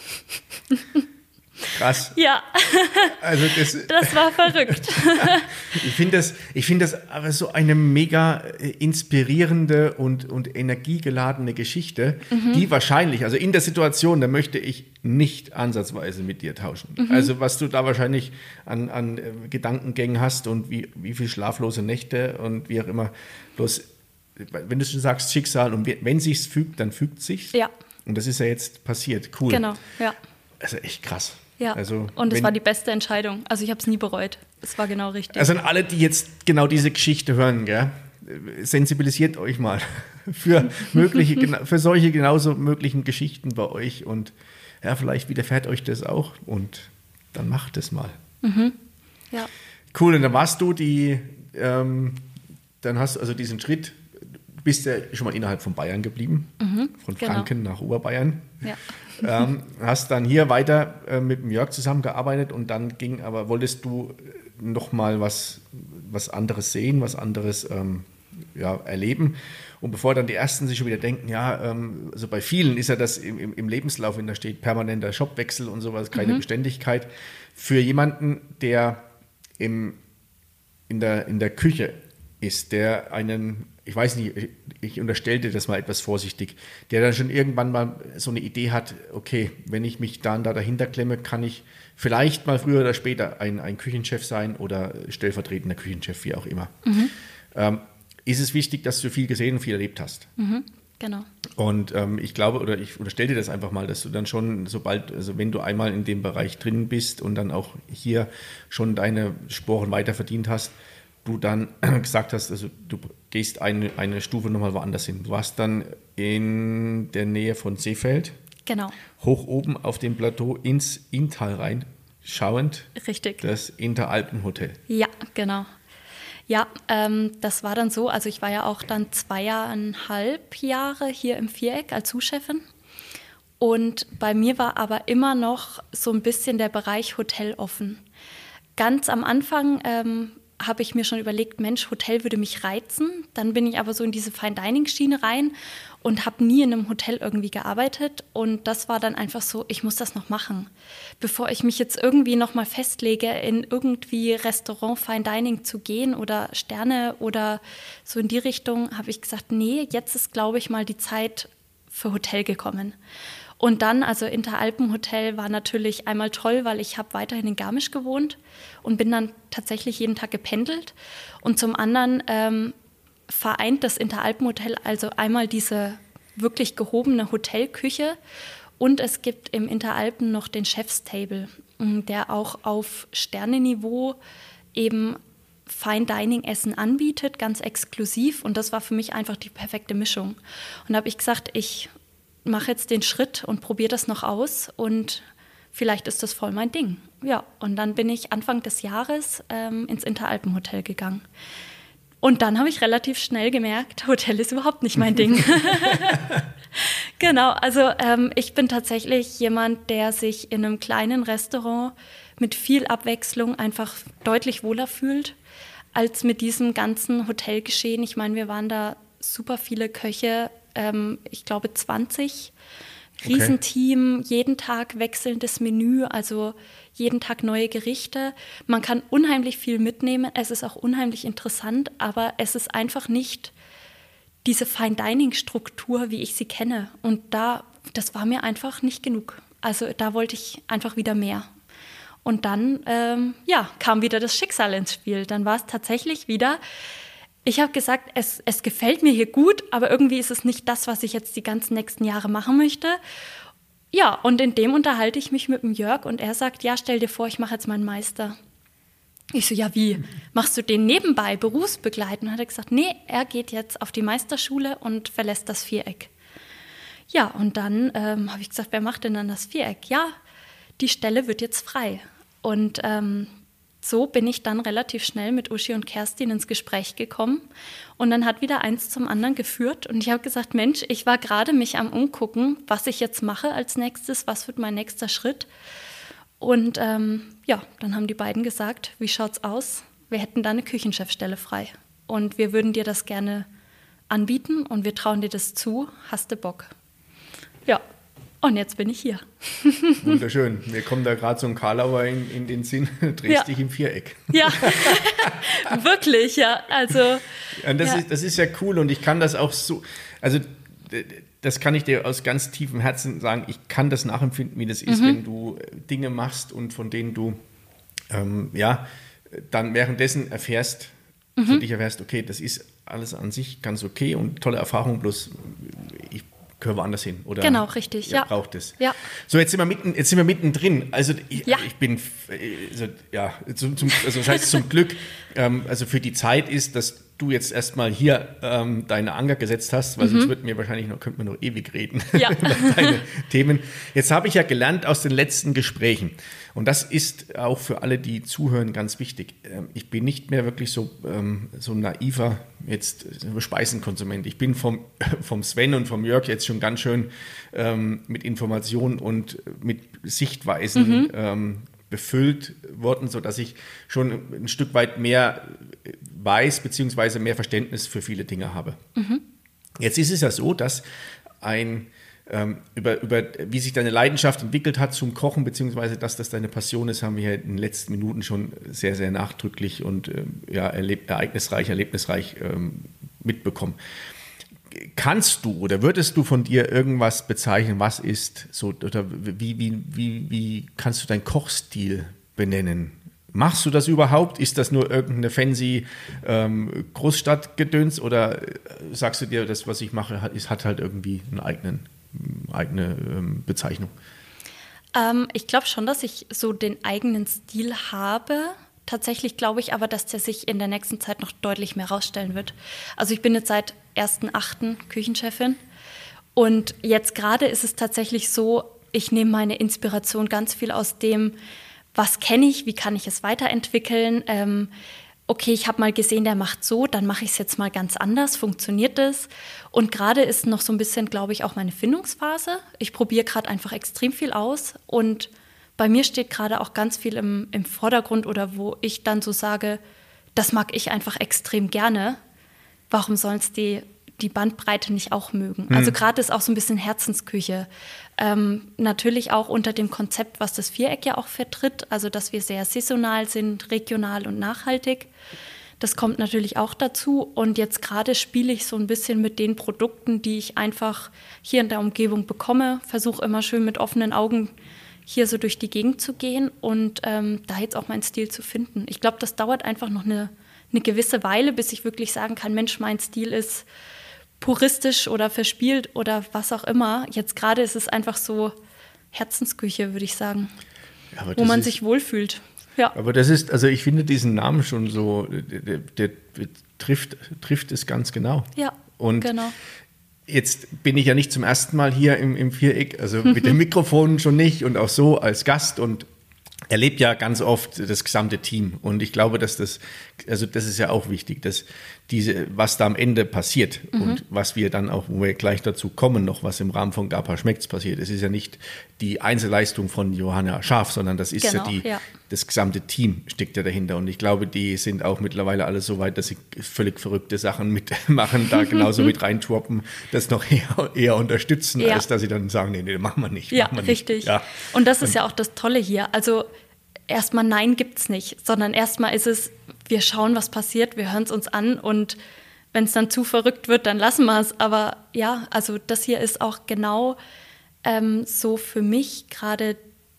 Speaker 2: Krass.
Speaker 1: Ja,
Speaker 2: also das,
Speaker 1: das war verrückt.
Speaker 2: ich finde das, ich finde das aber so eine mega inspirierende und, und energiegeladene Geschichte, mhm. die wahrscheinlich, also in der Situation, da möchte ich nicht ansatzweise mit dir tauschen. Mhm. Also was du da wahrscheinlich an, an Gedankengängen hast und wie, wie viel schlaflose Nächte und wie auch immer. Bloß, wenn du schon sagst Schicksal und wenn sich's fügt, dann fügt sich's.
Speaker 1: Ja.
Speaker 2: Und das ist ja jetzt passiert. Cool.
Speaker 1: Genau, ja.
Speaker 2: Also echt krass.
Speaker 1: Ja,
Speaker 2: also,
Speaker 1: und es
Speaker 2: wenn,
Speaker 1: war die beste Entscheidung. Also ich habe es nie bereut. Es war genau richtig.
Speaker 2: Also an alle, die jetzt genau diese Geschichte hören, gell, sensibilisiert euch mal für, mögliche, für solche genauso möglichen Geschichten bei euch. Und ja, vielleicht widerfährt euch das auch und dann macht es mal.
Speaker 1: Mhm. Ja.
Speaker 2: Cool, und dann warst du die, ähm, dann hast du also diesen Schritt, du bist ja schon mal innerhalb von Bayern geblieben, mhm, von Franken genau. nach Oberbayern.
Speaker 1: Ja.
Speaker 2: ähm, hast dann hier weiter äh, mit dem Jörg zusammengearbeitet und dann ging, aber wolltest du noch mal was, was anderes sehen, was anderes ähm, ja, erleben? Und bevor dann die Ersten sich schon wieder denken, ja, ähm, also bei vielen ist ja das im, im Lebenslauf, wenn da steht permanenter Jobwechsel und sowas, keine mhm. Beständigkeit. Für jemanden, der im, in, der, in der Küche ist, der einen, ich weiß nicht, ich, ich unterstelle dir das mal etwas vorsichtig, der dann schon irgendwann mal so eine Idee hat, okay, wenn ich mich dann da dahinter klemme, kann ich vielleicht mal früher oder später ein, ein Küchenchef sein oder stellvertretender Küchenchef, wie auch immer. Mhm. Ähm, ist es wichtig, dass du viel gesehen und viel erlebt hast.
Speaker 1: Mhm, genau.
Speaker 2: Und ähm, ich glaube, oder ich unterstelle dir das einfach mal, dass du dann schon, sobald, also wenn du einmal in dem Bereich drin bist und dann auch hier schon deine Sporen weiter verdient hast, du dann gesagt hast, also du gehst eine, eine Stufe nochmal woanders hin. Du warst dann in der Nähe von Seefeld.
Speaker 1: Genau.
Speaker 2: Hoch oben auf dem Plateau ins Inntal rein, schauend.
Speaker 1: Richtig.
Speaker 2: Das Interalpenhotel.
Speaker 1: Ja, genau. Ja, ähm, das war dann so, also ich war ja auch dann zweieinhalb Jahre hier im Viereck als Sous-Chefin. Und bei mir war aber immer noch so ein bisschen der Bereich Hotel offen. Ganz am Anfang ähm, habe ich mir schon überlegt, Mensch, Hotel würde mich reizen. Dann bin ich aber so in diese Fine-Dining-Schiene rein und habe nie in einem Hotel irgendwie gearbeitet. Und das war dann einfach so, ich muss das noch machen. Bevor ich mich jetzt irgendwie noch mal festlege, in irgendwie Restaurant Fine-Dining zu gehen oder Sterne oder so in die Richtung, habe ich gesagt, nee, jetzt ist, glaube ich, mal die Zeit für Hotel gekommen. Und dann, also Interalpen-Hotel war natürlich einmal toll, weil ich habe weiterhin in Garmisch gewohnt und bin dann tatsächlich jeden Tag gependelt. Und zum anderen ähm, vereint das Interalpen-Hotel also einmal diese wirklich gehobene Hotelküche und es gibt im Interalpen noch den Chefstable, der auch auf Sternenniveau eben Fine Dining Essen anbietet, ganz exklusiv. Und das war für mich einfach die perfekte Mischung. Und da habe ich gesagt, ich mache jetzt den Schritt und probiere das noch aus und vielleicht ist das voll mein Ding. Ja, und dann bin ich Anfang des Jahres ähm, ins Interalpen-Hotel gegangen. Und dann habe ich relativ schnell gemerkt, Hotel ist überhaupt nicht mein Ding. Genau, also ähm, ich bin tatsächlich jemand, der sich in einem kleinen Restaurant mit viel Abwechslung einfach deutlich wohler fühlt, als mit diesem ganzen Hotelgeschehen. Ich meine, wir waren da super viele Köche, ähm, ich glaube zwanzig, Riesenteam, okay. Jeden Tag wechselndes Menü, also jeden Tag neue Gerichte. Man kann unheimlich viel mitnehmen, es ist auch unheimlich interessant, aber es ist einfach nicht diese Fine-Dining-Struktur, wie ich sie kenne. Und da, das war mir einfach nicht genug. Also da wollte ich einfach wieder mehr. Und dann, ähm, ja, kam wieder das Schicksal ins Spiel. Dann war es tatsächlich wieder, ich habe gesagt, es, es gefällt mir hier gut, aber irgendwie ist es nicht das, was ich jetzt die ganzen nächsten Jahre machen möchte. Ja, und in dem unterhalte ich mich mit dem Jörg und er sagt, ja, stell dir vor, ich mache jetzt meinen Meister. Ich so, ja, wie? Machst du den nebenbei, berufsbegleitend? Und hat er gesagt, nee, er geht jetzt auf die Meisterschule und verlässt das Viereck. Ja, und dann ähm, habe ich gesagt, wer macht denn dann das Viereck? Ja, die Stelle wird jetzt frei. Und ähm, so bin ich dann relativ schnell mit Uschi und Kerstin ins Gespräch gekommen. Und dann hat wieder eins zum anderen geführt. Und ich habe gesagt, Mensch, ich war gerade mich am Umgucken, was ich jetzt mache als nächstes, was wird mein nächster Schritt. Und ähm, ja, dann haben die beiden gesagt, wie schaut's aus? Wir hätten da eine Küchenchefstelle frei. Und wir würden dir das gerne anbieten und wir trauen dir das zu. Hast du Bock? Ja. Und jetzt bin ich hier.
Speaker 2: Wunderschön. Mir kommt da gerade so ein Karlauer in, in den Sinn, drehst ja. dich im Viereck.
Speaker 1: Ja, wirklich, ja. Also,
Speaker 2: ja, das,
Speaker 1: ja.
Speaker 2: Ist, das ist ja cool und ich kann das auch so, also das kann ich dir aus ganz tiefem Herzen sagen, ich kann das nachempfinden, wie das ist, mhm. wenn du Dinge machst und von denen du ähm, ja, dann währenddessen erfährst, mhm. für dich erfährst, okay, das ist alles an sich ganz okay und tolle Erfahrung, bloß ich gehören wir anders hin. Oder
Speaker 1: genau, richtig.
Speaker 2: Ja,
Speaker 1: ja.
Speaker 2: braucht es.
Speaker 1: Ja.
Speaker 2: So, jetzt sind wir mitten, jetzt sind wir mittendrin. Also ich,
Speaker 1: ja.
Speaker 2: ich bin, also, ja, zum, zum, also das heißt zum Glück, ähm, also für die Zeit ist, dass du jetzt erstmal hier ähm, deine Anker gesetzt hast, weil mhm. sonst würden wir wahrscheinlich noch, könnten wir noch ewig reden
Speaker 1: ja.
Speaker 2: über deine Themen. Jetzt habe ich ja gelernt aus den letzten Gesprächen und das ist auch für alle, die zuhören, ganz wichtig. Ähm, ich bin nicht mehr wirklich so, ähm, so ein naiver jetzt Speisenkonsument. Ich bin vom, vom Sven und vom Jörg jetzt schon ganz schön ähm, mit Informationen und mit Sichtweisen mhm. ähm, befüllt worden, sodass ich schon ein Stück weit mehr weiß, beziehungsweise mehr Verständnis für viele Dinge habe. Mhm. Jetzt ist es ja so, dass ein, ähm, über, über wie sich deine Leidenschaft entwickelt hat zum Kochen, beziehungsweise dass das deine Passion ist, haben wir ja in den letzten Minuten schon sehr, sehr nachdrücklich und ähm, ja, erleb- ereignisreich, erlebnisreich ähm, mitbekommen. Kannst du oder würdest du von dir irgendwas bezeichnen, was ist so, oder wie, wie, wie, wie kannst du deinen Kochstil benennen? Machst du das überhaupt? Ist das nur irgendeine fancy ähm, Großstadtgedöns oder sagst du dir, das, was ich mache, hat, ist, hat halt irgendwie eine eigene, eigene ähm, Bezeichnung?
Speaker 1: Ähm, ich glaube schon, dass ich so den eigenen Stil habe. Tatsächlich glaube ich aber, dass der sich in der nächsten Zeit noch deutlich mehr rausstellen wird. Also ich bin jetzt seit ersten achten Küchenchefin und jetzt gerade ist es tatsächlich so, ich nehme meine Inspiration ganz viel aus dem, was kenne ich, wie kann ich es weiterentwickeln. Ähm, okay, ich habe mal gesehen, der macht so, dann mache ich es jetzt mal ganz anders, funktioniert das? Und gerade ist noch so ein bisschen, glaube ich, auch meine Findungsphase. Ich probiere gerade einfach extrem viel aus und bei mir steht gerade auch ganz viel im, im Vordergrund oder wo ich dann so sage, das mag ich einfach extrem gerne. Warum sollen es die, die Bandbreite nicht auch mögen? Mhm. Also gerade ist auch so ein bisschen Herzensküche. Ähm, natürlich auch unter dem Konzept, was das Viereck ja auch vertritt, also dass wir sehr saisonal sind, regional und nachhaltig. Das kommt natürlich auch dazu. Und jetzt gerade spiele ich so ein bisschen mit den Produkten, die ich einfach hier in der Umgebung bekomme. Versuche immer schön mit offenen Augen hier so durch die Gegend zu gehen und ähm, da jetzt auch meinen Stil zu finden. Ich glaube, das dauert einfach noch eine, eine gewisse Weile, bis ich wirklich sagen kann, Mensch, mein Stil ist puristisch oder verspielt oder was auch immer. Jetzt gerade ist es einfach so Herzensküche, würde ich sagen, ja, wo man ist, sich wohlfühlt. Ja.
Speaker 2: Aber das ist, also ich finde diesen Namen schon so, der, der, der trifft, trifft es ganz genau.
Speaker 1: Ja,
Speaker 2: und
Speaker 1: genau.
Speaker 2: Jetzt bin ich ja nicht zum ersten Mal hier im, im Viereck, also mit dem Mikrofon schon nicht und auch so als Gast und erlebt ja ganz oft das gesamte Team. Und ich glaube, dass das, also das ist ja auch wichtig, dass diese, was da am Ende passiert mhm. und was wir dann auch, wo wir gleich dazu kommen, noch was im Rahmen von Garpa Schmeckt's passiert. Es ist ja nicht die Einzelleistung von Johanna Scharf, sondern das ist genau, ja, die, ja das gesamte Team steckt ja dahinter. Und ich glaube, die sind auch mittlerweile alle so weit, dass sie völlig verrückte Sachen mitmachen, da genauso mit reintroppen, das noch eher, eher unterstützen, ja. als dass sie dann sagen, nee, nee, machen wir nicht.
Speaker 1: Ja,
Speaker 2: machen wir
Speaker 1: richtig.
Speaker 2: Nicht. Ja.
Speaker 1: Und das ist und, ja auch das Tolle hier. Also erstmal Nein gibt's nicht, sondern erstmal ist es, wir schauen, was passiert, wir hören es uns an und wenn es dann zu verrückt wird, dann lassen wir es. Aber ja, also das hier ist auch genau ähm, so für mich gerade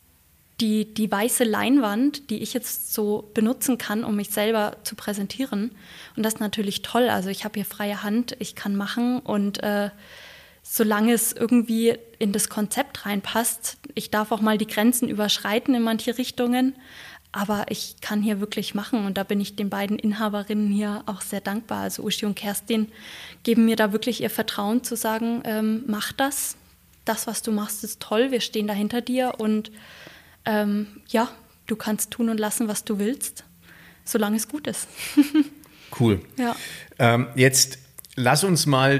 Speaker 1: die, die weiße Leinwand, die ich jetzt so benutzen kann, um mich selber zu präsentieren. Und das ist natürlich toll. Also ich habe hier freie Hand, ich kann machen und äh, solange es irgendwie in das Konzept reinpasst, ich darf auch mal die Grenzen überschreiten in manche Richtungen, aber ich kann hier wirklich machen und da bin ich den beiden Inhaberinnen hier auch sehr dankbar. Also Uschi und Kerstin geben mir da wirklich ihr Vertrauen zu sagen, ähm, mach das, das, was du machst, ist toll, wir stehen da hinter dir und ähm, ja, du kannst tun und lassen, was du willst, solange es gut ist.
Speaker 2: Cool.
Speaker 1: Ja.
Speaker 2: Ähm, jetzt lass uns mal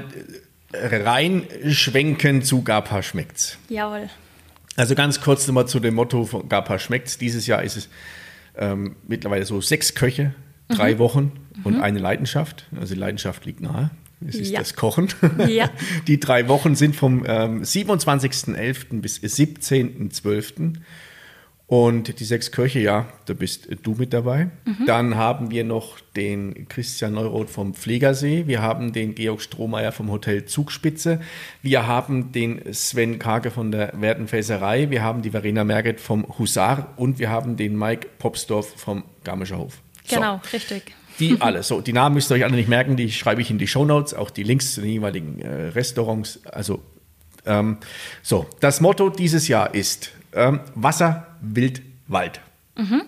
Speaker 2: reinschwenken zu Garpa Schmeckt's.
Speaker 1: Jawohl.
Speaker 2: Also ganz kurz nochmal zu dem Motto von Garpa Schmeckt's. Dieses Jahr ist es ähm, mittlerweile so sechs Köche, drei mhm. Wochen und mhm. eine Leidenschaft. Also die Leidenschaft liegt nahe. Es ist ja. das Kochen. Ja. Die drei Wochen sind vom ähm, siebenundzwanzigsten elften bis siebzehnten zwölften Und die sechs Köche, ja, da bist du mit dabei. Mhm. Dann haben wir noch den Christian Neuroth vom Pflegersee. Wir haben den Georg Strohmeier vom Hotel Zugspitze. Wir haben den Sven Kage von der Werdenfelserei. Wir haben die Verena Merget vom Husar. Und wir haben den Mike Popsdorf vom Garmischer Hof.
Speaker 1: So. Genau, richtig.
Speaker 2: Die alle. So, die Namen müsst ihr euch alle nicht merken. Die schreibe ich in die Shownotes. Auch die Links zu den jeweiligen äh, Restaurants. Also, ähm, so. Das Motto dieses Jahr ist ähm, Wasser, Wild, Wald. Mhm.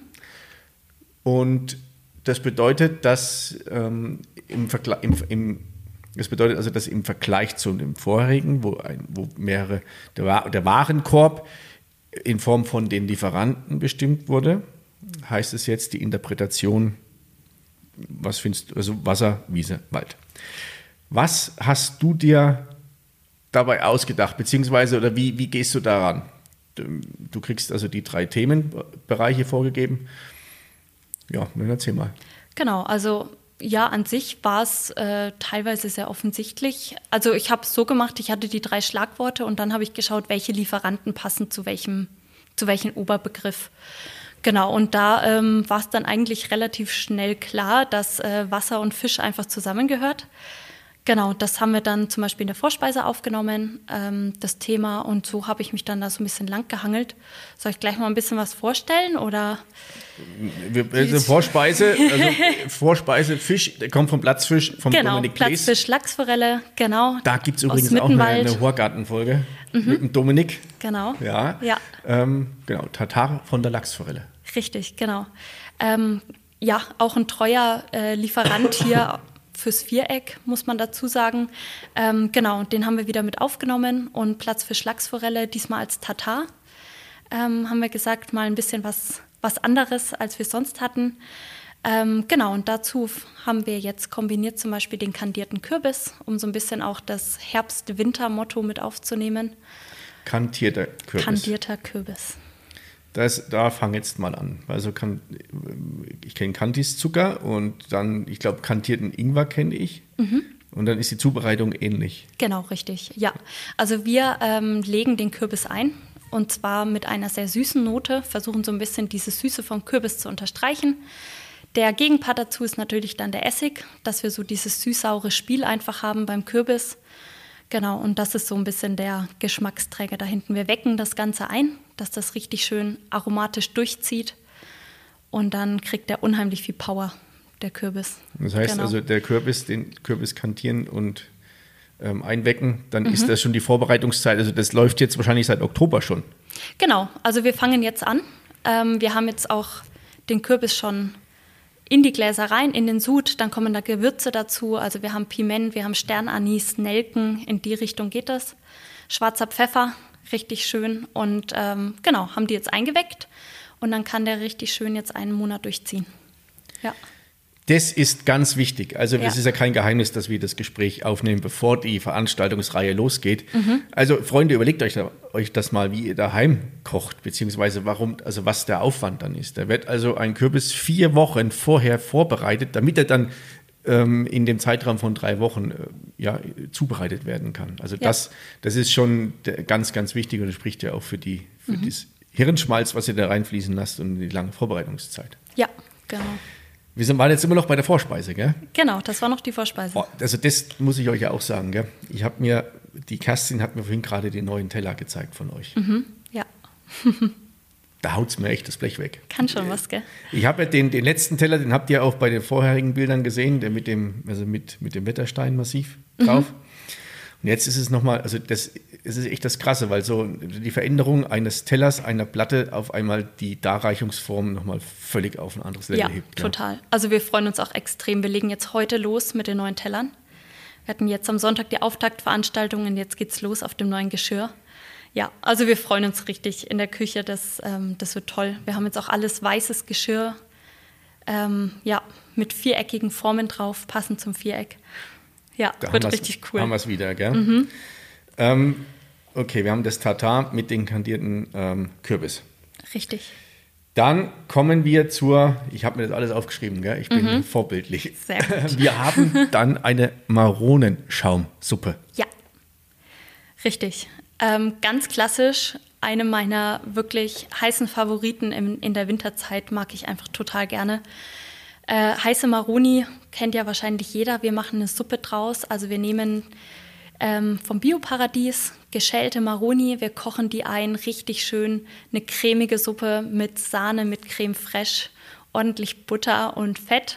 Speaker 2: Und das bedeutet, dass ähm, im, Vergleich, im, im, das bedeutet also, dass im Vergleich zu dem vorherigen, wo, ein, wo mehrere der, der Warenkorb in Form von den Lieferanten bestimmt wurde, heißt es jetzt die Interpretation, was findest du, also Wasser, Wiese, Wald. Was hast du dir dabei ausgedacht, beziehungsweise oder wie, wie gehst du daran? Du kriegst also die drei Themenbereiche vorgegeben. Ja, dann erzähl mal.
Speaker 1: Genau, also ja, an sich war es äh, teilweise sehr offensichtlich. Also ich habe es so gemacht, ich hatte die drei Schlagworte und dann habe ich geschaut, welche Lieferanten passen zu welchem, zu welchem Oberbegriff. Genau, und da ähm, war es dann eigentlich relativ schnell klar, dass äh, Wasser und Fisch einfach zusammengehört. Genau, das haben wir dann zum Beispiel in der Vorspeise aufgenommen, ähm, das Thema. Und so habe ich mich dann da so ein bisschen lang gehangelt. Soll ich gleich mal ein bisschen was vorstellen? Oder?
Speaker 2: Also Vorspeise, also Vorspeise, Fisch, der kommt vom Platzfisch, vom
Speaker 1: genau,
Speaker 2: Dominik Plees.
Speaker 1: Platzfisch, Lachsforelle, genau.
Speaker 2: Da gibt es übrigens auch eine, eine Horgartenfolge mhm. mit dem Dominik.
Speaker 1: Genau.
Speaker 2: Ja,
Speaker 1: ja.
Speaker 2: Ähm, genau, Tatar von der Lachsforelle.
Speaker 1: Richtig, genau. Ähm, ja, auch ein treuer äh, Lieferant hier fürs Viereck, muss man dazu sagen. Ähm, genau, den haben wir wieder mit aufgenommen und Platzfisch, Lachsforelle, diesmal als Tatar. Ähm, haben wir gesagt, mal ein bisschen was, was anderes, als wir sonst hatten. Ähm, genau, und dazu haben wir jetzt kombiniert zum Beispiel den kandierten Kürbis, um so ein bisschen auch das Herbst-Winter-Motto mit aufzunehmen.
Speaker 2: Kandierter Kürbis.
Speaker 1: Kandierter Kürbis.
Speaker 2: Das, da fang jetzt mal an. Also kann, ich kenne Kantiszucker und dann, ich glaube, kantierten Ingwer kenne ich. Mhm. Und dann ist die Zubereitung ähnlich.
Speaker 1: Genau, richtig. Ja, also wir ähm, legen den Kürbis ein und zwar mit einer sehr süßen Note, versuchen so ein bisschen diese Süße vom Kürbis zu unterstreichen. Der Gegenpart dazu ist natürlich dann der Essig, dass wir so dieses süß-saure Spiel einfach haben beim Kürbis. Genau, und das ist so ein bisschen der Geschmacksträger da hinten. Wir wecken das Ganze ein, dass das richtig schön aromatisch durchzieht. Und dann kriegt der unheimlich viel Power, der Kürbis.
Speaker 2: Das heißt
Speaker 1: genau.
Speaker 2: also, der Kürbis, den Kürbis kantieren und ähm, einwecken, dann mhm. ist das schon die Vorbereitungszeit. Also das läuft jetzt wahrscheinlich seit Oktober schon.
Speaker 1: Genau, also wir fangen jetzt an. Ähm, wir haben jetzt auch den Kürbis schon in die Gläser rein, in den Sud. Dann kommen da Gewürze dazu. Also wir haben Piment, wir haben Sternanis, Nelken. In die Richtung geht das. Schwarzer Pfeffer, richtig schön. Und ähm, genau, haben die jetzt eingeweckt. Und dann kann der richtig schön jetzt einen Monat durchziehen. Ja.
Speaker 2: Das ist ganz wichtig. Also es
Speaker 1: ja.
Speaker 2: ist ja kein Geheimnis, dass wir das Gespräch aufnehmen, bevor die Veranstaltungsreihe losgeht. Mhm. Also Freunde, überlegt euch, euch das mal, wie ihr daheim kocht, beziehungsweise warum, also was der Aufwand dann ist. Da wird also ein Kürbis vier Wochen vorher vorbereitet, damit er dann ähm, in dem Zeitraum von drei Wochen äh, ja, zubereitet werden kann. Also ja. das, das ist schon ganz, ganz wichtig und das spricht ja auch für, die, für mhm. das Hirnschmalz, was ihr da reinfließen lasst und die lange Vorbereitungszeit.
Speaker 1: Ja, genau.
Speaker 2: Wir sind, waren jetzt immer noch bei der Vorspeise, gell?
Speaker 1: Genau, das war noch die Vorspeise.
Speaker 2: Oh, also das muss ich euch ja auch sagen, gell? Ich habe mir, die Kerstin hat mir vorhin gerade den neuen Teller gezeigt von euch.
Speaker 1: Mhm, ja.
Speaker 2: Da haut es mir echt das Blech weg.
Speaker 1: Kann schon was, gell? Ich
Speaker 2: habe ja den, den letzten Teller, den habt ihr auch bei den vorherigen Bildern gesehen, der mit dem, also mit, mit dem Wetterstein-Massiv drauf. Mhm. Und jetzt ist es nochmal, also das, es ist echt das Krasse, weil so die Veränderung eines Tellers, einer Platte auf einmal die Darreichungsform nochmal völlig auf ein anderes Level
Speaker 1: ja,
Speaker 2: hebt.
Speaker 1: Ja, total. Also wir freuen uns auch extrem. Wir legen jetzt heute los mit den neuen Tellern. Wir hatten jetzt am Sonntag die Auftaktveranstaltung und jetzt geht's los auf dem neuen Geschirr. Ja, also wir freuen uns richtig in der Küche. Das, ähm, das wird toll. Wir haben jetzt auch alles weißes Geschirr, ähm, ja, mit viereckigen Formen drauf, passend zum Viereck. Ja,
Speaker 2: da
Speaker 1: wird richtig cool.
Speaker 2: Haben wir es wieder, gell? Mhm. Ähm, okay, wir haben das Tatar mit den kandierten ähm, Kürbis.
Speaker 1: Richtig.
Speaker 2: Dann kommen wir zur, ich habe mir das alles aufgeschrieben, gell? Ich bin mhm. vorbildlich.
Speaker 1: Sehr gut.
Speaker 2: Wir haben dann eine Maronenschaumsuppe.
Speaker 1: Ja, richtig. Ähm, ganz klassisch, eine meiner wirklich heißen Favoriten in, in der Winterzeit, mag ich einfach total gerne. Äh, heiße Maroni kennt ja wahrscheinlich jeder. Wir machen eine Suppe draus. Also wir nehmen ähm, vom Bioparadies geschälte Maroni. Wir kochen die ein, richtig schön. Eine cremige Suppe mit Sahne, mit Creme fraiche, ordentlich Butter und Fett.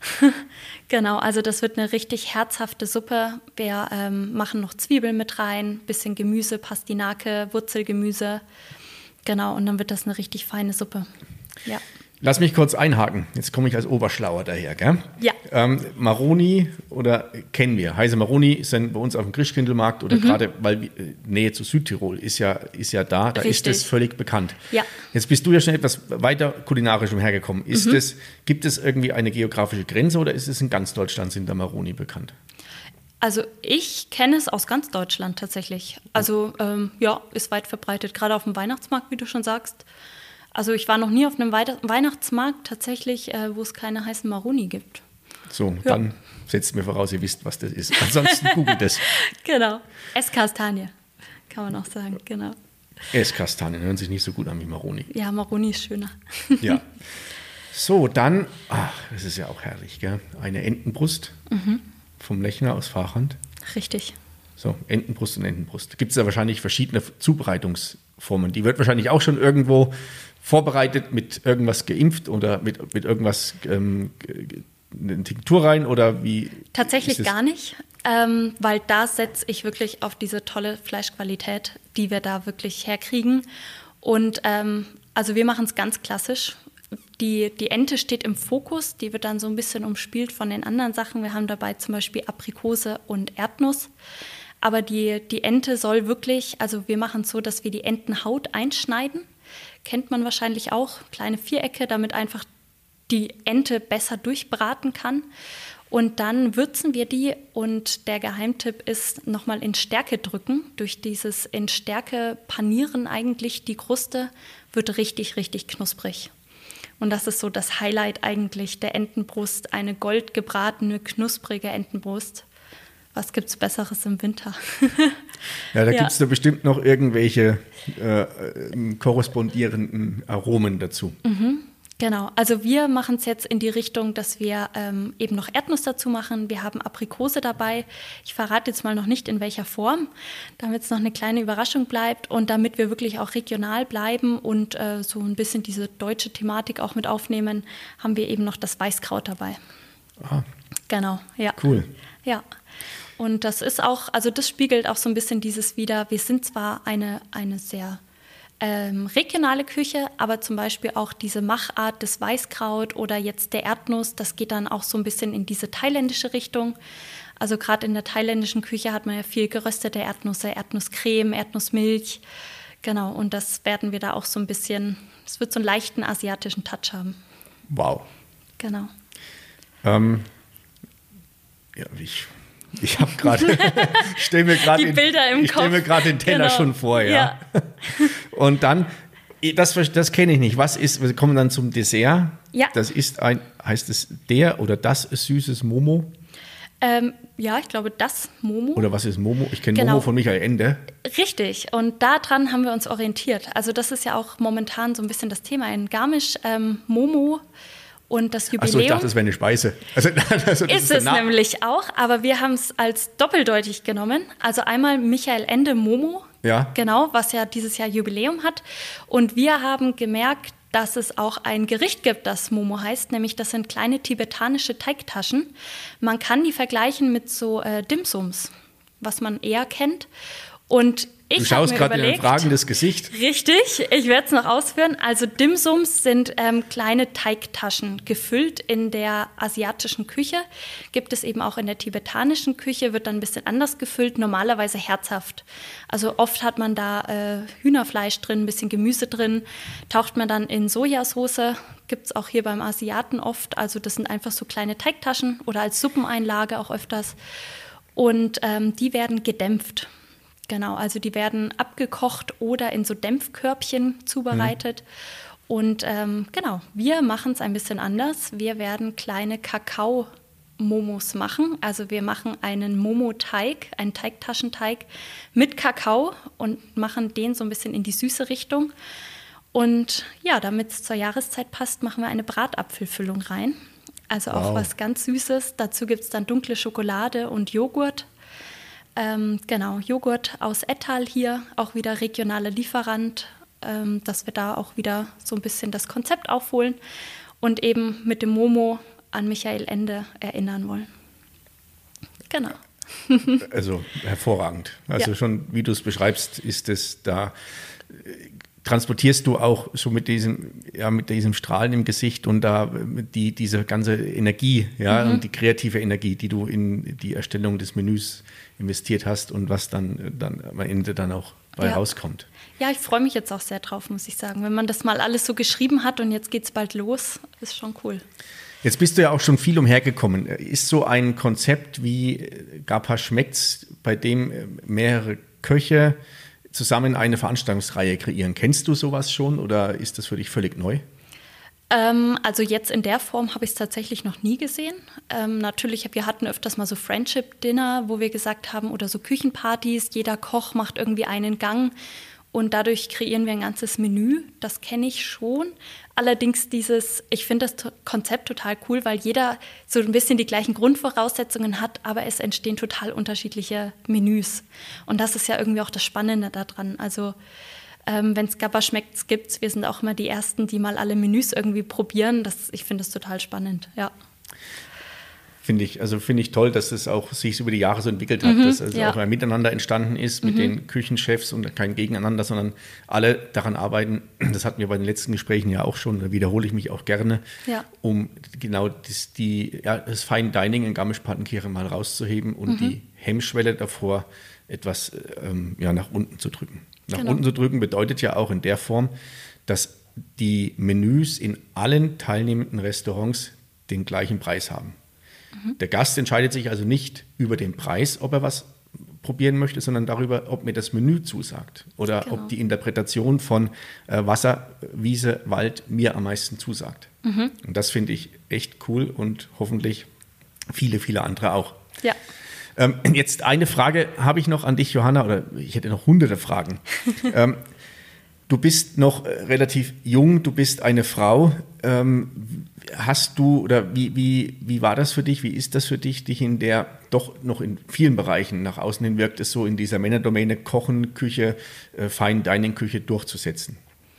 Speaker 1: Genau, also das wird eine richtig herzhafte Suppe. Wir ähm, machen noch Zwiebeln mit rein, bisschen Gemüse, Pastinake, Wurzelgemüse. Genau, und dann wird das eine richtig feine Suppe. Ja.
Speaker 2: Lass mich kurz einhaken. Jetzt komme ich als Oberschlauer daher, gell?
Speaker 1: Ja.
Speaker 2: Ähm, Maroni oder kennen wir. Heiße Maroni sind bei uns auf dem Christkindlmarkt oder mhm. gerade, weil äh, Nähe zu Südtirol ist ja, ist ja da, da Richtig. Ist das völlig bekannt.
Speaker 1: Ja.
Speaker 2: Jetzt bist du ja schon etwas weiter kulinarisch umhergekommen. Ist
Speaker 1: Mhm.
Speaker 2: das, gibt es irgendwie eine geografische Grenze oder ist es in ganz Deutschland, sind da Maroni bekannt?
Speaker 1: Also ich kenne es aus ganz Deutschland tatsächlich. Also ähm, ja, ist weit verbreitet, gerade auf dem Weihnachtsmarkt, wie du schon sagst. Also ich war noch nie auf einem Weide- Weihnachtsmarkt tatsächlich, äh, wo es keine heißen Maroni gibt.
Speaker 2: So,
Speaker 1: Ja.
Speaker 2: dann setzt mir voraus, ihr wisst, was das ist. Ansonsten googelt es.
Speaker 1: Genau. Esskastanie, kann man auch sagen, genau.
Speaker 2: Esskastanien hören sich nicht so gut an wie Maroni.
Speaker 1: Ja, Maroni ist schöner.
Speaker 2: Ja. So, dann, ach, das ist ja auch herrlich, gell? Eine Entenbrust
Speaker 1: Mhm.
Speaker 2: vom Lechner aus Fahrhand.
Speaker 1: Richtig.
Speaker 2: So, Entenbrust und Entenbrust. Gibt es da wahrscheinlich verschiedene Zubereitungsformen. Die wird wahrscheinlich auch schon irgendwo vorbereitet mit irgendwas geimpft oder mit, mit irgendwas, ähm, eine Tinktur rein oder wie?
Speaker 1: Tatsächlich
Speaker 2: ist das?
Speaker 1: gar nicht, ähm, weil da setze ich wirklich auf diese tolle Fleischqualität, die wir da wirklich herkriegen. Und ähm, also wir machen es ganz klassisch. Die, die Ente steht im Fokus, die wird dann so ein bisschen umspielt von den anderen Sachen. Wir haben dabei zum Beispiel Aprikose und Erdnuss. Aber die, die Ente soll wirklich, also wir machen es so, dass wir die Entenhaut einschneiden. Kennt man wahrscheinlich auch, kleine Vierecke, damit einfach die Ente besser durchbraten kann. Und dann würzen wir die und der Geheimtipp ist nochmal in Stärke drücken. Durch dieses in Stärke panieren eigentlich die Kruste wird richtig, richtig knusprig. Und das ist so das Highlight eigentlich der Entenbrust, eine goldgebratene, knusprige Entenbrust. Was gibt's Besseres im Winter?
Speaker 2: Ja, da
Speaker 1: Ja.
Speaker 2: gibt es da bestimmt noch irgendwelche äh, äh, korrespondierenden Aromen dazu.
Speaker 1: Mhm. Genau, also wir machen es jetzt in die Richtung, dass wir ähm, eben noch Erdnuss dazu machen. Wir haben Aprikose dabei. Ich verrate jetzt mal noch nicht, in welcher Form, damit es noch eine kleine Überraschung bleibt und damit wir wirklich auch regional bleiben und äh, so ein bisschen diese deutsche Thematik auch mit aufnehmen, haben wir eben noch das Weißkraut dabei.
Speaker 2: Aha.
Speaker 1: Genau, ja.
Speaker 2: Cool.
Speaker 1: Ja, und das ist auch, also das spiegelt auch so ein bisschen dieses wider, wir sind zwar eine, eine sehr Ähm, regionale Küche, aber zum Beispiel auch diese Machart des Weißkraut oder jetzt der Erdnuss, das geht dann auch so ein bisschen in diese thailändische Richtung. Also gerade in der thailändischen Küche hat man ja viel geröstete Erdnüsse, Erdnusscreme, Erdnussmilch. Genau, und das werden wir da auch so ein bisschen, es wird so einen leichten asiatischen Touch haben.
Speaker 2: Wow.
Speaker 1: Genau.
Speaker 2: Ähm, ja, ich... Ich habe gerade, stelle mir gerade
Speaker 1: den,
Speaker 2: ich stell mir gerade den Teller
Speaker 1: genau.
Speaker 2: schon vor, ja. ja. Und dann, das, das kenne ich nicht. Was ist, wir kommen dann zum Dessert.
Speaker 1: Ja.
Speaker 2: Das ist ein, heißt es der oder das süßes Momo?
Speaker 1: Ähm, ja, ich glaube, das Momo.
Speaker 2: Oder was ist Momo? Ich kenne
Speaker 1: genau.
Speaker 2: Momo von Michael Ende.
Speaker 1: Richtig, und daran haben wir uns orientiert. Also das ist ja auch momentan so ein bisschen das Thema in Garmisch, ähm, Momo. Und das Jubiläum.
Speaker 2: Achso, ich dachte, das wäre eine Speise. Also, also
Speaker 1: ist, ist es nämlich auch, aber wir haben es als doppeldeutig genommen. Also einmal Michael Ende Momo,
Speaker 2: ja.
Speaker 1: genau, was ja dieses Jahr Jubiläum hat. Und wir haben gemerkt, dass es auch ein Gericht gibt, das Momo heißt, nämlich das sind kleine tibetanische Teigtaschen. Man kann die vergleichen mit so äh, Dimsums, was man eher kennt. Und ich
Speaker 2: du schaust gerade in ein fragendes Gesicht.
Speaker 1: Richtig, ich werde es noch ausführen. Also Dimsums sind ähm, kleine Teigtaschen, gefüllt in der asiatischen Küche. Gibt es eben auch in der tibetanischen Küche, wird dann ein bisschen anders gefüllt, normalerweise herzhaft. Also oft hat man da äh, Hühnerfleisch drin, ein bisschen Gemüse drin, taucht man dann in Sojasauce, gibt es auch hier beim Asiaten oft. Also das sind einfach so kleine Teigtaschen oder als Suppeneinlage auch öfters. Und ähm, die werden gedämpft. Genau, also die werden abgekocht oder in so Dämpfkörbchen zubereitet. Mhm. Und ähm, genau, wir machen es ein bisschen anders. Wir werden kleine Kakao-Momos machen. Also wir machen einen Momo-Teig, einen Teigtaschenteig mit Kakao und machen den so ein bisschen in die süße Richtung. Und ja, damit es zur Jahreszeit passt, machen wir eine Bratapfelfüllung rein. Also auch wow. was ganz Süßes. Dazu gibt es dann dunkle Schokolade und Joghurt. Ähm, genau, Joghurt aus Ettal hier, auch wieder regionaler Lieferant, ähm, dass wir da auch wieder so ein bisschen das Konzept aufholen und eben mit dem Momo an Michael Ende erinnern wollen. Genau.
Speaker 2: Also hervorragend. Also ja. schon, wie du es beschreibst, ist es da, transportierst du auch so mit diesem, ja, mit diesem Strahlen im Gesicht und da die, diese ganze Energie, ja, mhm. und die kreative Energie, die du in die Erstellung des Menüs investiert hast und was dann, dann am Ende dann auch bei
Speaker 1: ja.
Speaker 2: rauskommt.
Speaker 1: Ja, ich freue mich jetzt auch sehr drauf, muss ich sagen. Wenn man das mal alles so geschrieben hat und jetzt geht es bald los, ist schon cool.
Speaker 2: Jetzt bist du ja auch schon viel umhergekommen. Ist so ein Konzept wie Gapa schmeckt's, bei dem mehrere Köche zusammen eine Veranstaltungsreihe kreieren? Kennst du sowas schon oder ist das für dich völlig neu?
Speaker 1: Ähm, also jetzt in der Form habe ich es tatsächlich noch nie gesehen. Ähm, natürlich, wir hatten öfters mal so Friendship-Dinner, wo wir gesagt haben, oder so Küchenpartys, jeder Koch macht irgendwie einen Gang und dadurch kreieren wir ein ganzes Menü. Das kenne ich schon. Allerdings dieses, ich finde das Konzept total cool, weil jeder so ein bisschen die gleichen Grundvoraussetzungen hat, aber es entstehen total unterschiedliche Menüs. Und das ist ja irgendwie auch das Spannende daran. Also ähm, wenn es Gapa schmeckt's gibt's, wir sind auch immer die Ersten, die mal alle Menüs irgendwie probieren. Das, ich finde das total spannend, ja.
Speaker 2: Finde ich, also finde ich toll, dass es auch sich über die Jahre so entwickelt hat, mhm, dass es ja. auch ein Miteinander entstanden ist mit mhm. den Küchenchefs und kein Gegeneinander, sondern alle daran arbeiten. Das hatten wir bei den letzten Gesprächen ja auch schon, da wiederhole ich mich auch gerne, ja. um genau das, die, ja, das Fine Dining in Garmisch-Partenkirchen mal rauszuheben und mhm. die Hemmschwelle davor etwas ähm, ja, nach unten zu drücken. Nach genau. unten zu drücken bedeutet ja auch in der Form, dass die Menüs in allen teilnehmenden Restaurants den gleichen Preis haben. Der Gast entscheidet sich also nicht über den Preis, ob er was probieren möchte, sondern darüber, ob mir das Menü zusagt oder genau. ob die Interpretation von äh, Wasser, Wiese, Wald mir am meisten zusagt. Mhm. Und das finde ich echt cool und hoffentlich viele, viele andere auch.
Speaker 1: Ja.
Speaker 2: Ähm, jetzt eine Frage habe ich noch an dich, Johanna, oder ich hätte noch hunderte Fragen. ähm, du bist noch relativ jung, du bist eine Frau. Ähm, hast du oder wie, wie, wie war das für dich? Wie ist das für dich, dich in der doch noch in vielen Bereichen nach außen hin wirkt es so in dieser Männerdomäne Kochen, Küche, äh, Fine Dining Küche durchzusetzen?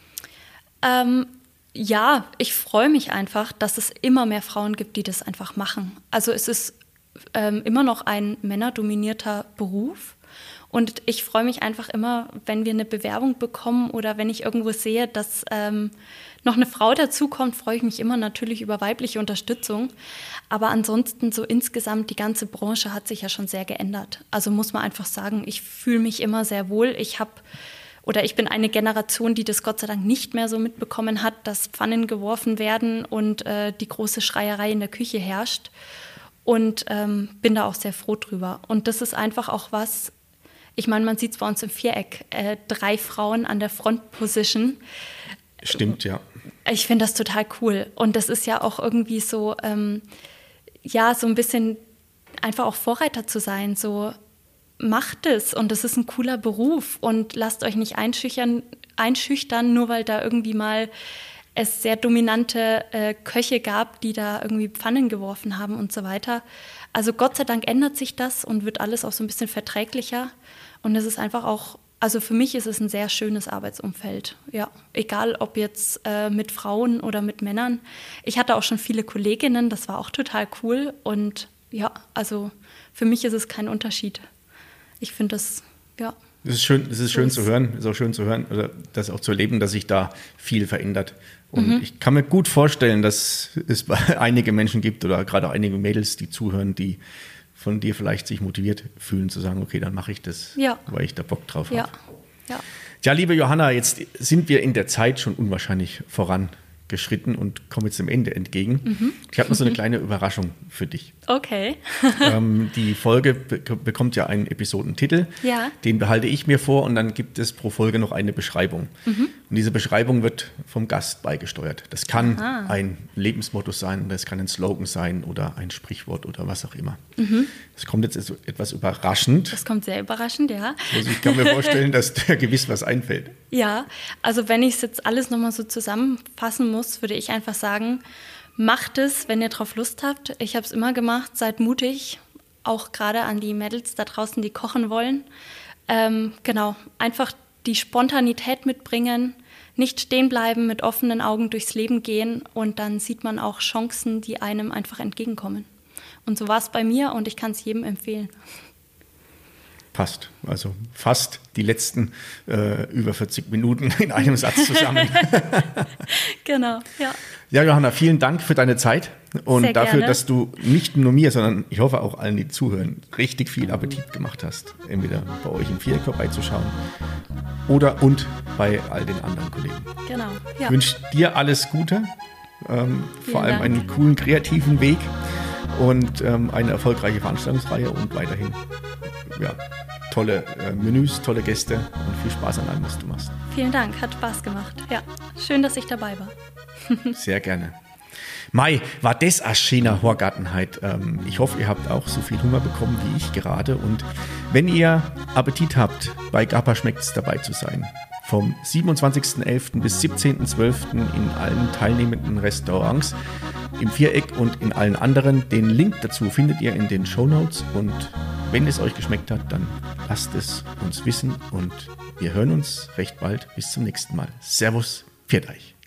Speaker 1: Ähm, ja, ich freue mich einfach, dass es immer mehr Frauen gibt, die das einfach machen. Also es ist ähm, immer noch ein männerdominierter Beruf. Und ich freue mich einfach immer, wenn wir eine Bewerbung bekommen oder wenn ich irgendwo sehe, dass ähm, noch eine Frau dazukommt, freue ich mich immer natürlich über weibliche Unterstützung. Aber ansonsten so insgesamt, die ganze Branche hat sich ja schon sehr geändert. Also muss man einfach sagen, ich fühle mich immer sehr wohl. Ich habe oder ich bin eine Generation, die das Gott sei Dank nicht mehr so mitbekommen hat, dass Pfannen geworfen werden und äh, die große Schreierei in der Küche herrscht. Und ähm, bin da auch sehr froh drüber. Und das ist einfach auch was, ich meine, man sieht es bei uns im Viereck, äh, drei Frauen an der Front-Position.
Speaker 2: Stimmt, ja.
Speaker 1: Ich finde das total cool. Und das ist ja auch irgendwie so, ähm, ja, so ein bisschen einfach auch Vorreiter zu sein. So, macht es und das ist ein cooler Beruf und lasst euch nicht einschüchtern, einschüchtern nur weil da irgendwie mal es sehr dominante äh, Köche gab, die da irgendwie Pfannen geworfen haben und so weiter. Also Gott sei Dank ändert sich das und wird alles auch so ein bisschen verträglicher. Und es ist einfach auch, also für mich ist es ein sehr schönes Arbeitsumfeld. Ja, egal ob jetzt äh, mit Frauen oder mit Männern. Ich hatte auch schon viele Kolleginnen, das war auch total cool. Und ja, also für mich ist es kein Unterschied. Ich finde das, ja.
Speaker 2: Es ist schön, es ist schön zu hören, es ist auch schön zu hören, oder das auch zu erleben, dass sich da viel verändert. Und mhm. ich kann mir gut vorstellen, dass es einige Menschen gibt oder gerade auch einige Mädels, die zuhören, die von dir vielleicht sich motiviert fühlen, zu sagen, okay, dann mache ich das, ja. weil ich da Bock drauf
Speaker 1: ja.
Speaker 2: habe.
Speaker 1: Ja.
Speaker 2: Ja, liebe Johanna, jetzt sind wir in der Zeit schon unwahrscheinlich vorangeschritten und kommen jetzt dem Ende entgegen. Mhm. Ich habe noch so eine kleine Überraschung für dich.
Speaker 1: Okay.
Speaker 2: ähm, die Folge be- bekommt ja einen Episodentitel,
Speaker 1: ja.
Speaker 2: den behalte ich mir vor und dann gibt es pro Folge noch eine Beschreibung. Mhm. Und diese Beschreibung wird vom Gast beigesteuert. Das kann Aha. ein Lebensmotto sein, das kann ein Slogan sein oder ein Sprichwort oder was auch immer. Mhm. Das kommt jetzt etwas überraschend.
Speaker 1: Das kommt sehr überraschend, ja.
Speaker 2: Also ich kann mir vorstellen, dass dir gewiss was einfällt.
Speaker 1: Ja, also wenn ich es jetzt alles nochmal so zusammenfassen muss, würde ich einfach sagen, macht es, wenn ihr drauf Lust habt. Ich habe es immer gemacht, seid mutig, auch gerade an die Mädels da draußen, die kochen wollen. Ähm, genau, einfach die Spontanität mitbringen, nicht stehen bleiben, mit offenen Augen durchs Leben gehen und dann sieht man auch Chancen, die einem einfach entgegenkommen. Und so war es bei mir und ich kann es jedem empfehlen.
Speaker 2: Passt. Also fast die letzten äh, über vierzig Minuten in einem Satz zusammen.
Speaker 1: Genau, ja.
Speaker 2: Ja, Johanna, vielen Dank für deine Zeit und
Speaker 1: Sehr
Speaker 2: dafür,
Speaker 1: gerne.
Speaker 2: dass du nicht nur mir, sondern ich hoffe auch allen, die zuhören, richtig viel Appetit gemacht hast, entweder bei euch im Viereck vorbeizuschauen oder und bei all den anderen Kollegen.
Speaker 1: Genau, ja.
Speaker 2: Ich wünsche dir alles Gute, ähm, vor allem
Speaker 1: Dank.
Speaker 2: einen coolen, kreativen Weg und ähm, eine erfolgreiche Veranstaltungsreihe und weiterhin ja, tolle äh, Menüs, tolle Gäste und viel Spaß an allem, was du machst.
Speaker 1: Vielen Dank, hat Spaß gemacht. Ja, schön, dass ich dabei war.
Speaker 2: Sehr gerne. Mai, war das eine schöne Horgartenheit. Ähm, ich hoffe, ihr habt auch so viel Hunger bekommen wie ich gerade. Und wenn ihr Appetit habt, bei Gapa schmeckt's dabei zu sein. Vom siebenundzwanzigsten elften bis siebzehnten zwölften in allen teilnehmenden Restaurants, im Viereck und in allen anderen. Den Link dazu findet ihr in den Shownotes. Und wenn es euch geschmeckt hat, dann lasst es uns wissen. Und wir hören uns recht bald. Bis zum nächsten Mal. Servus, pfiat euch.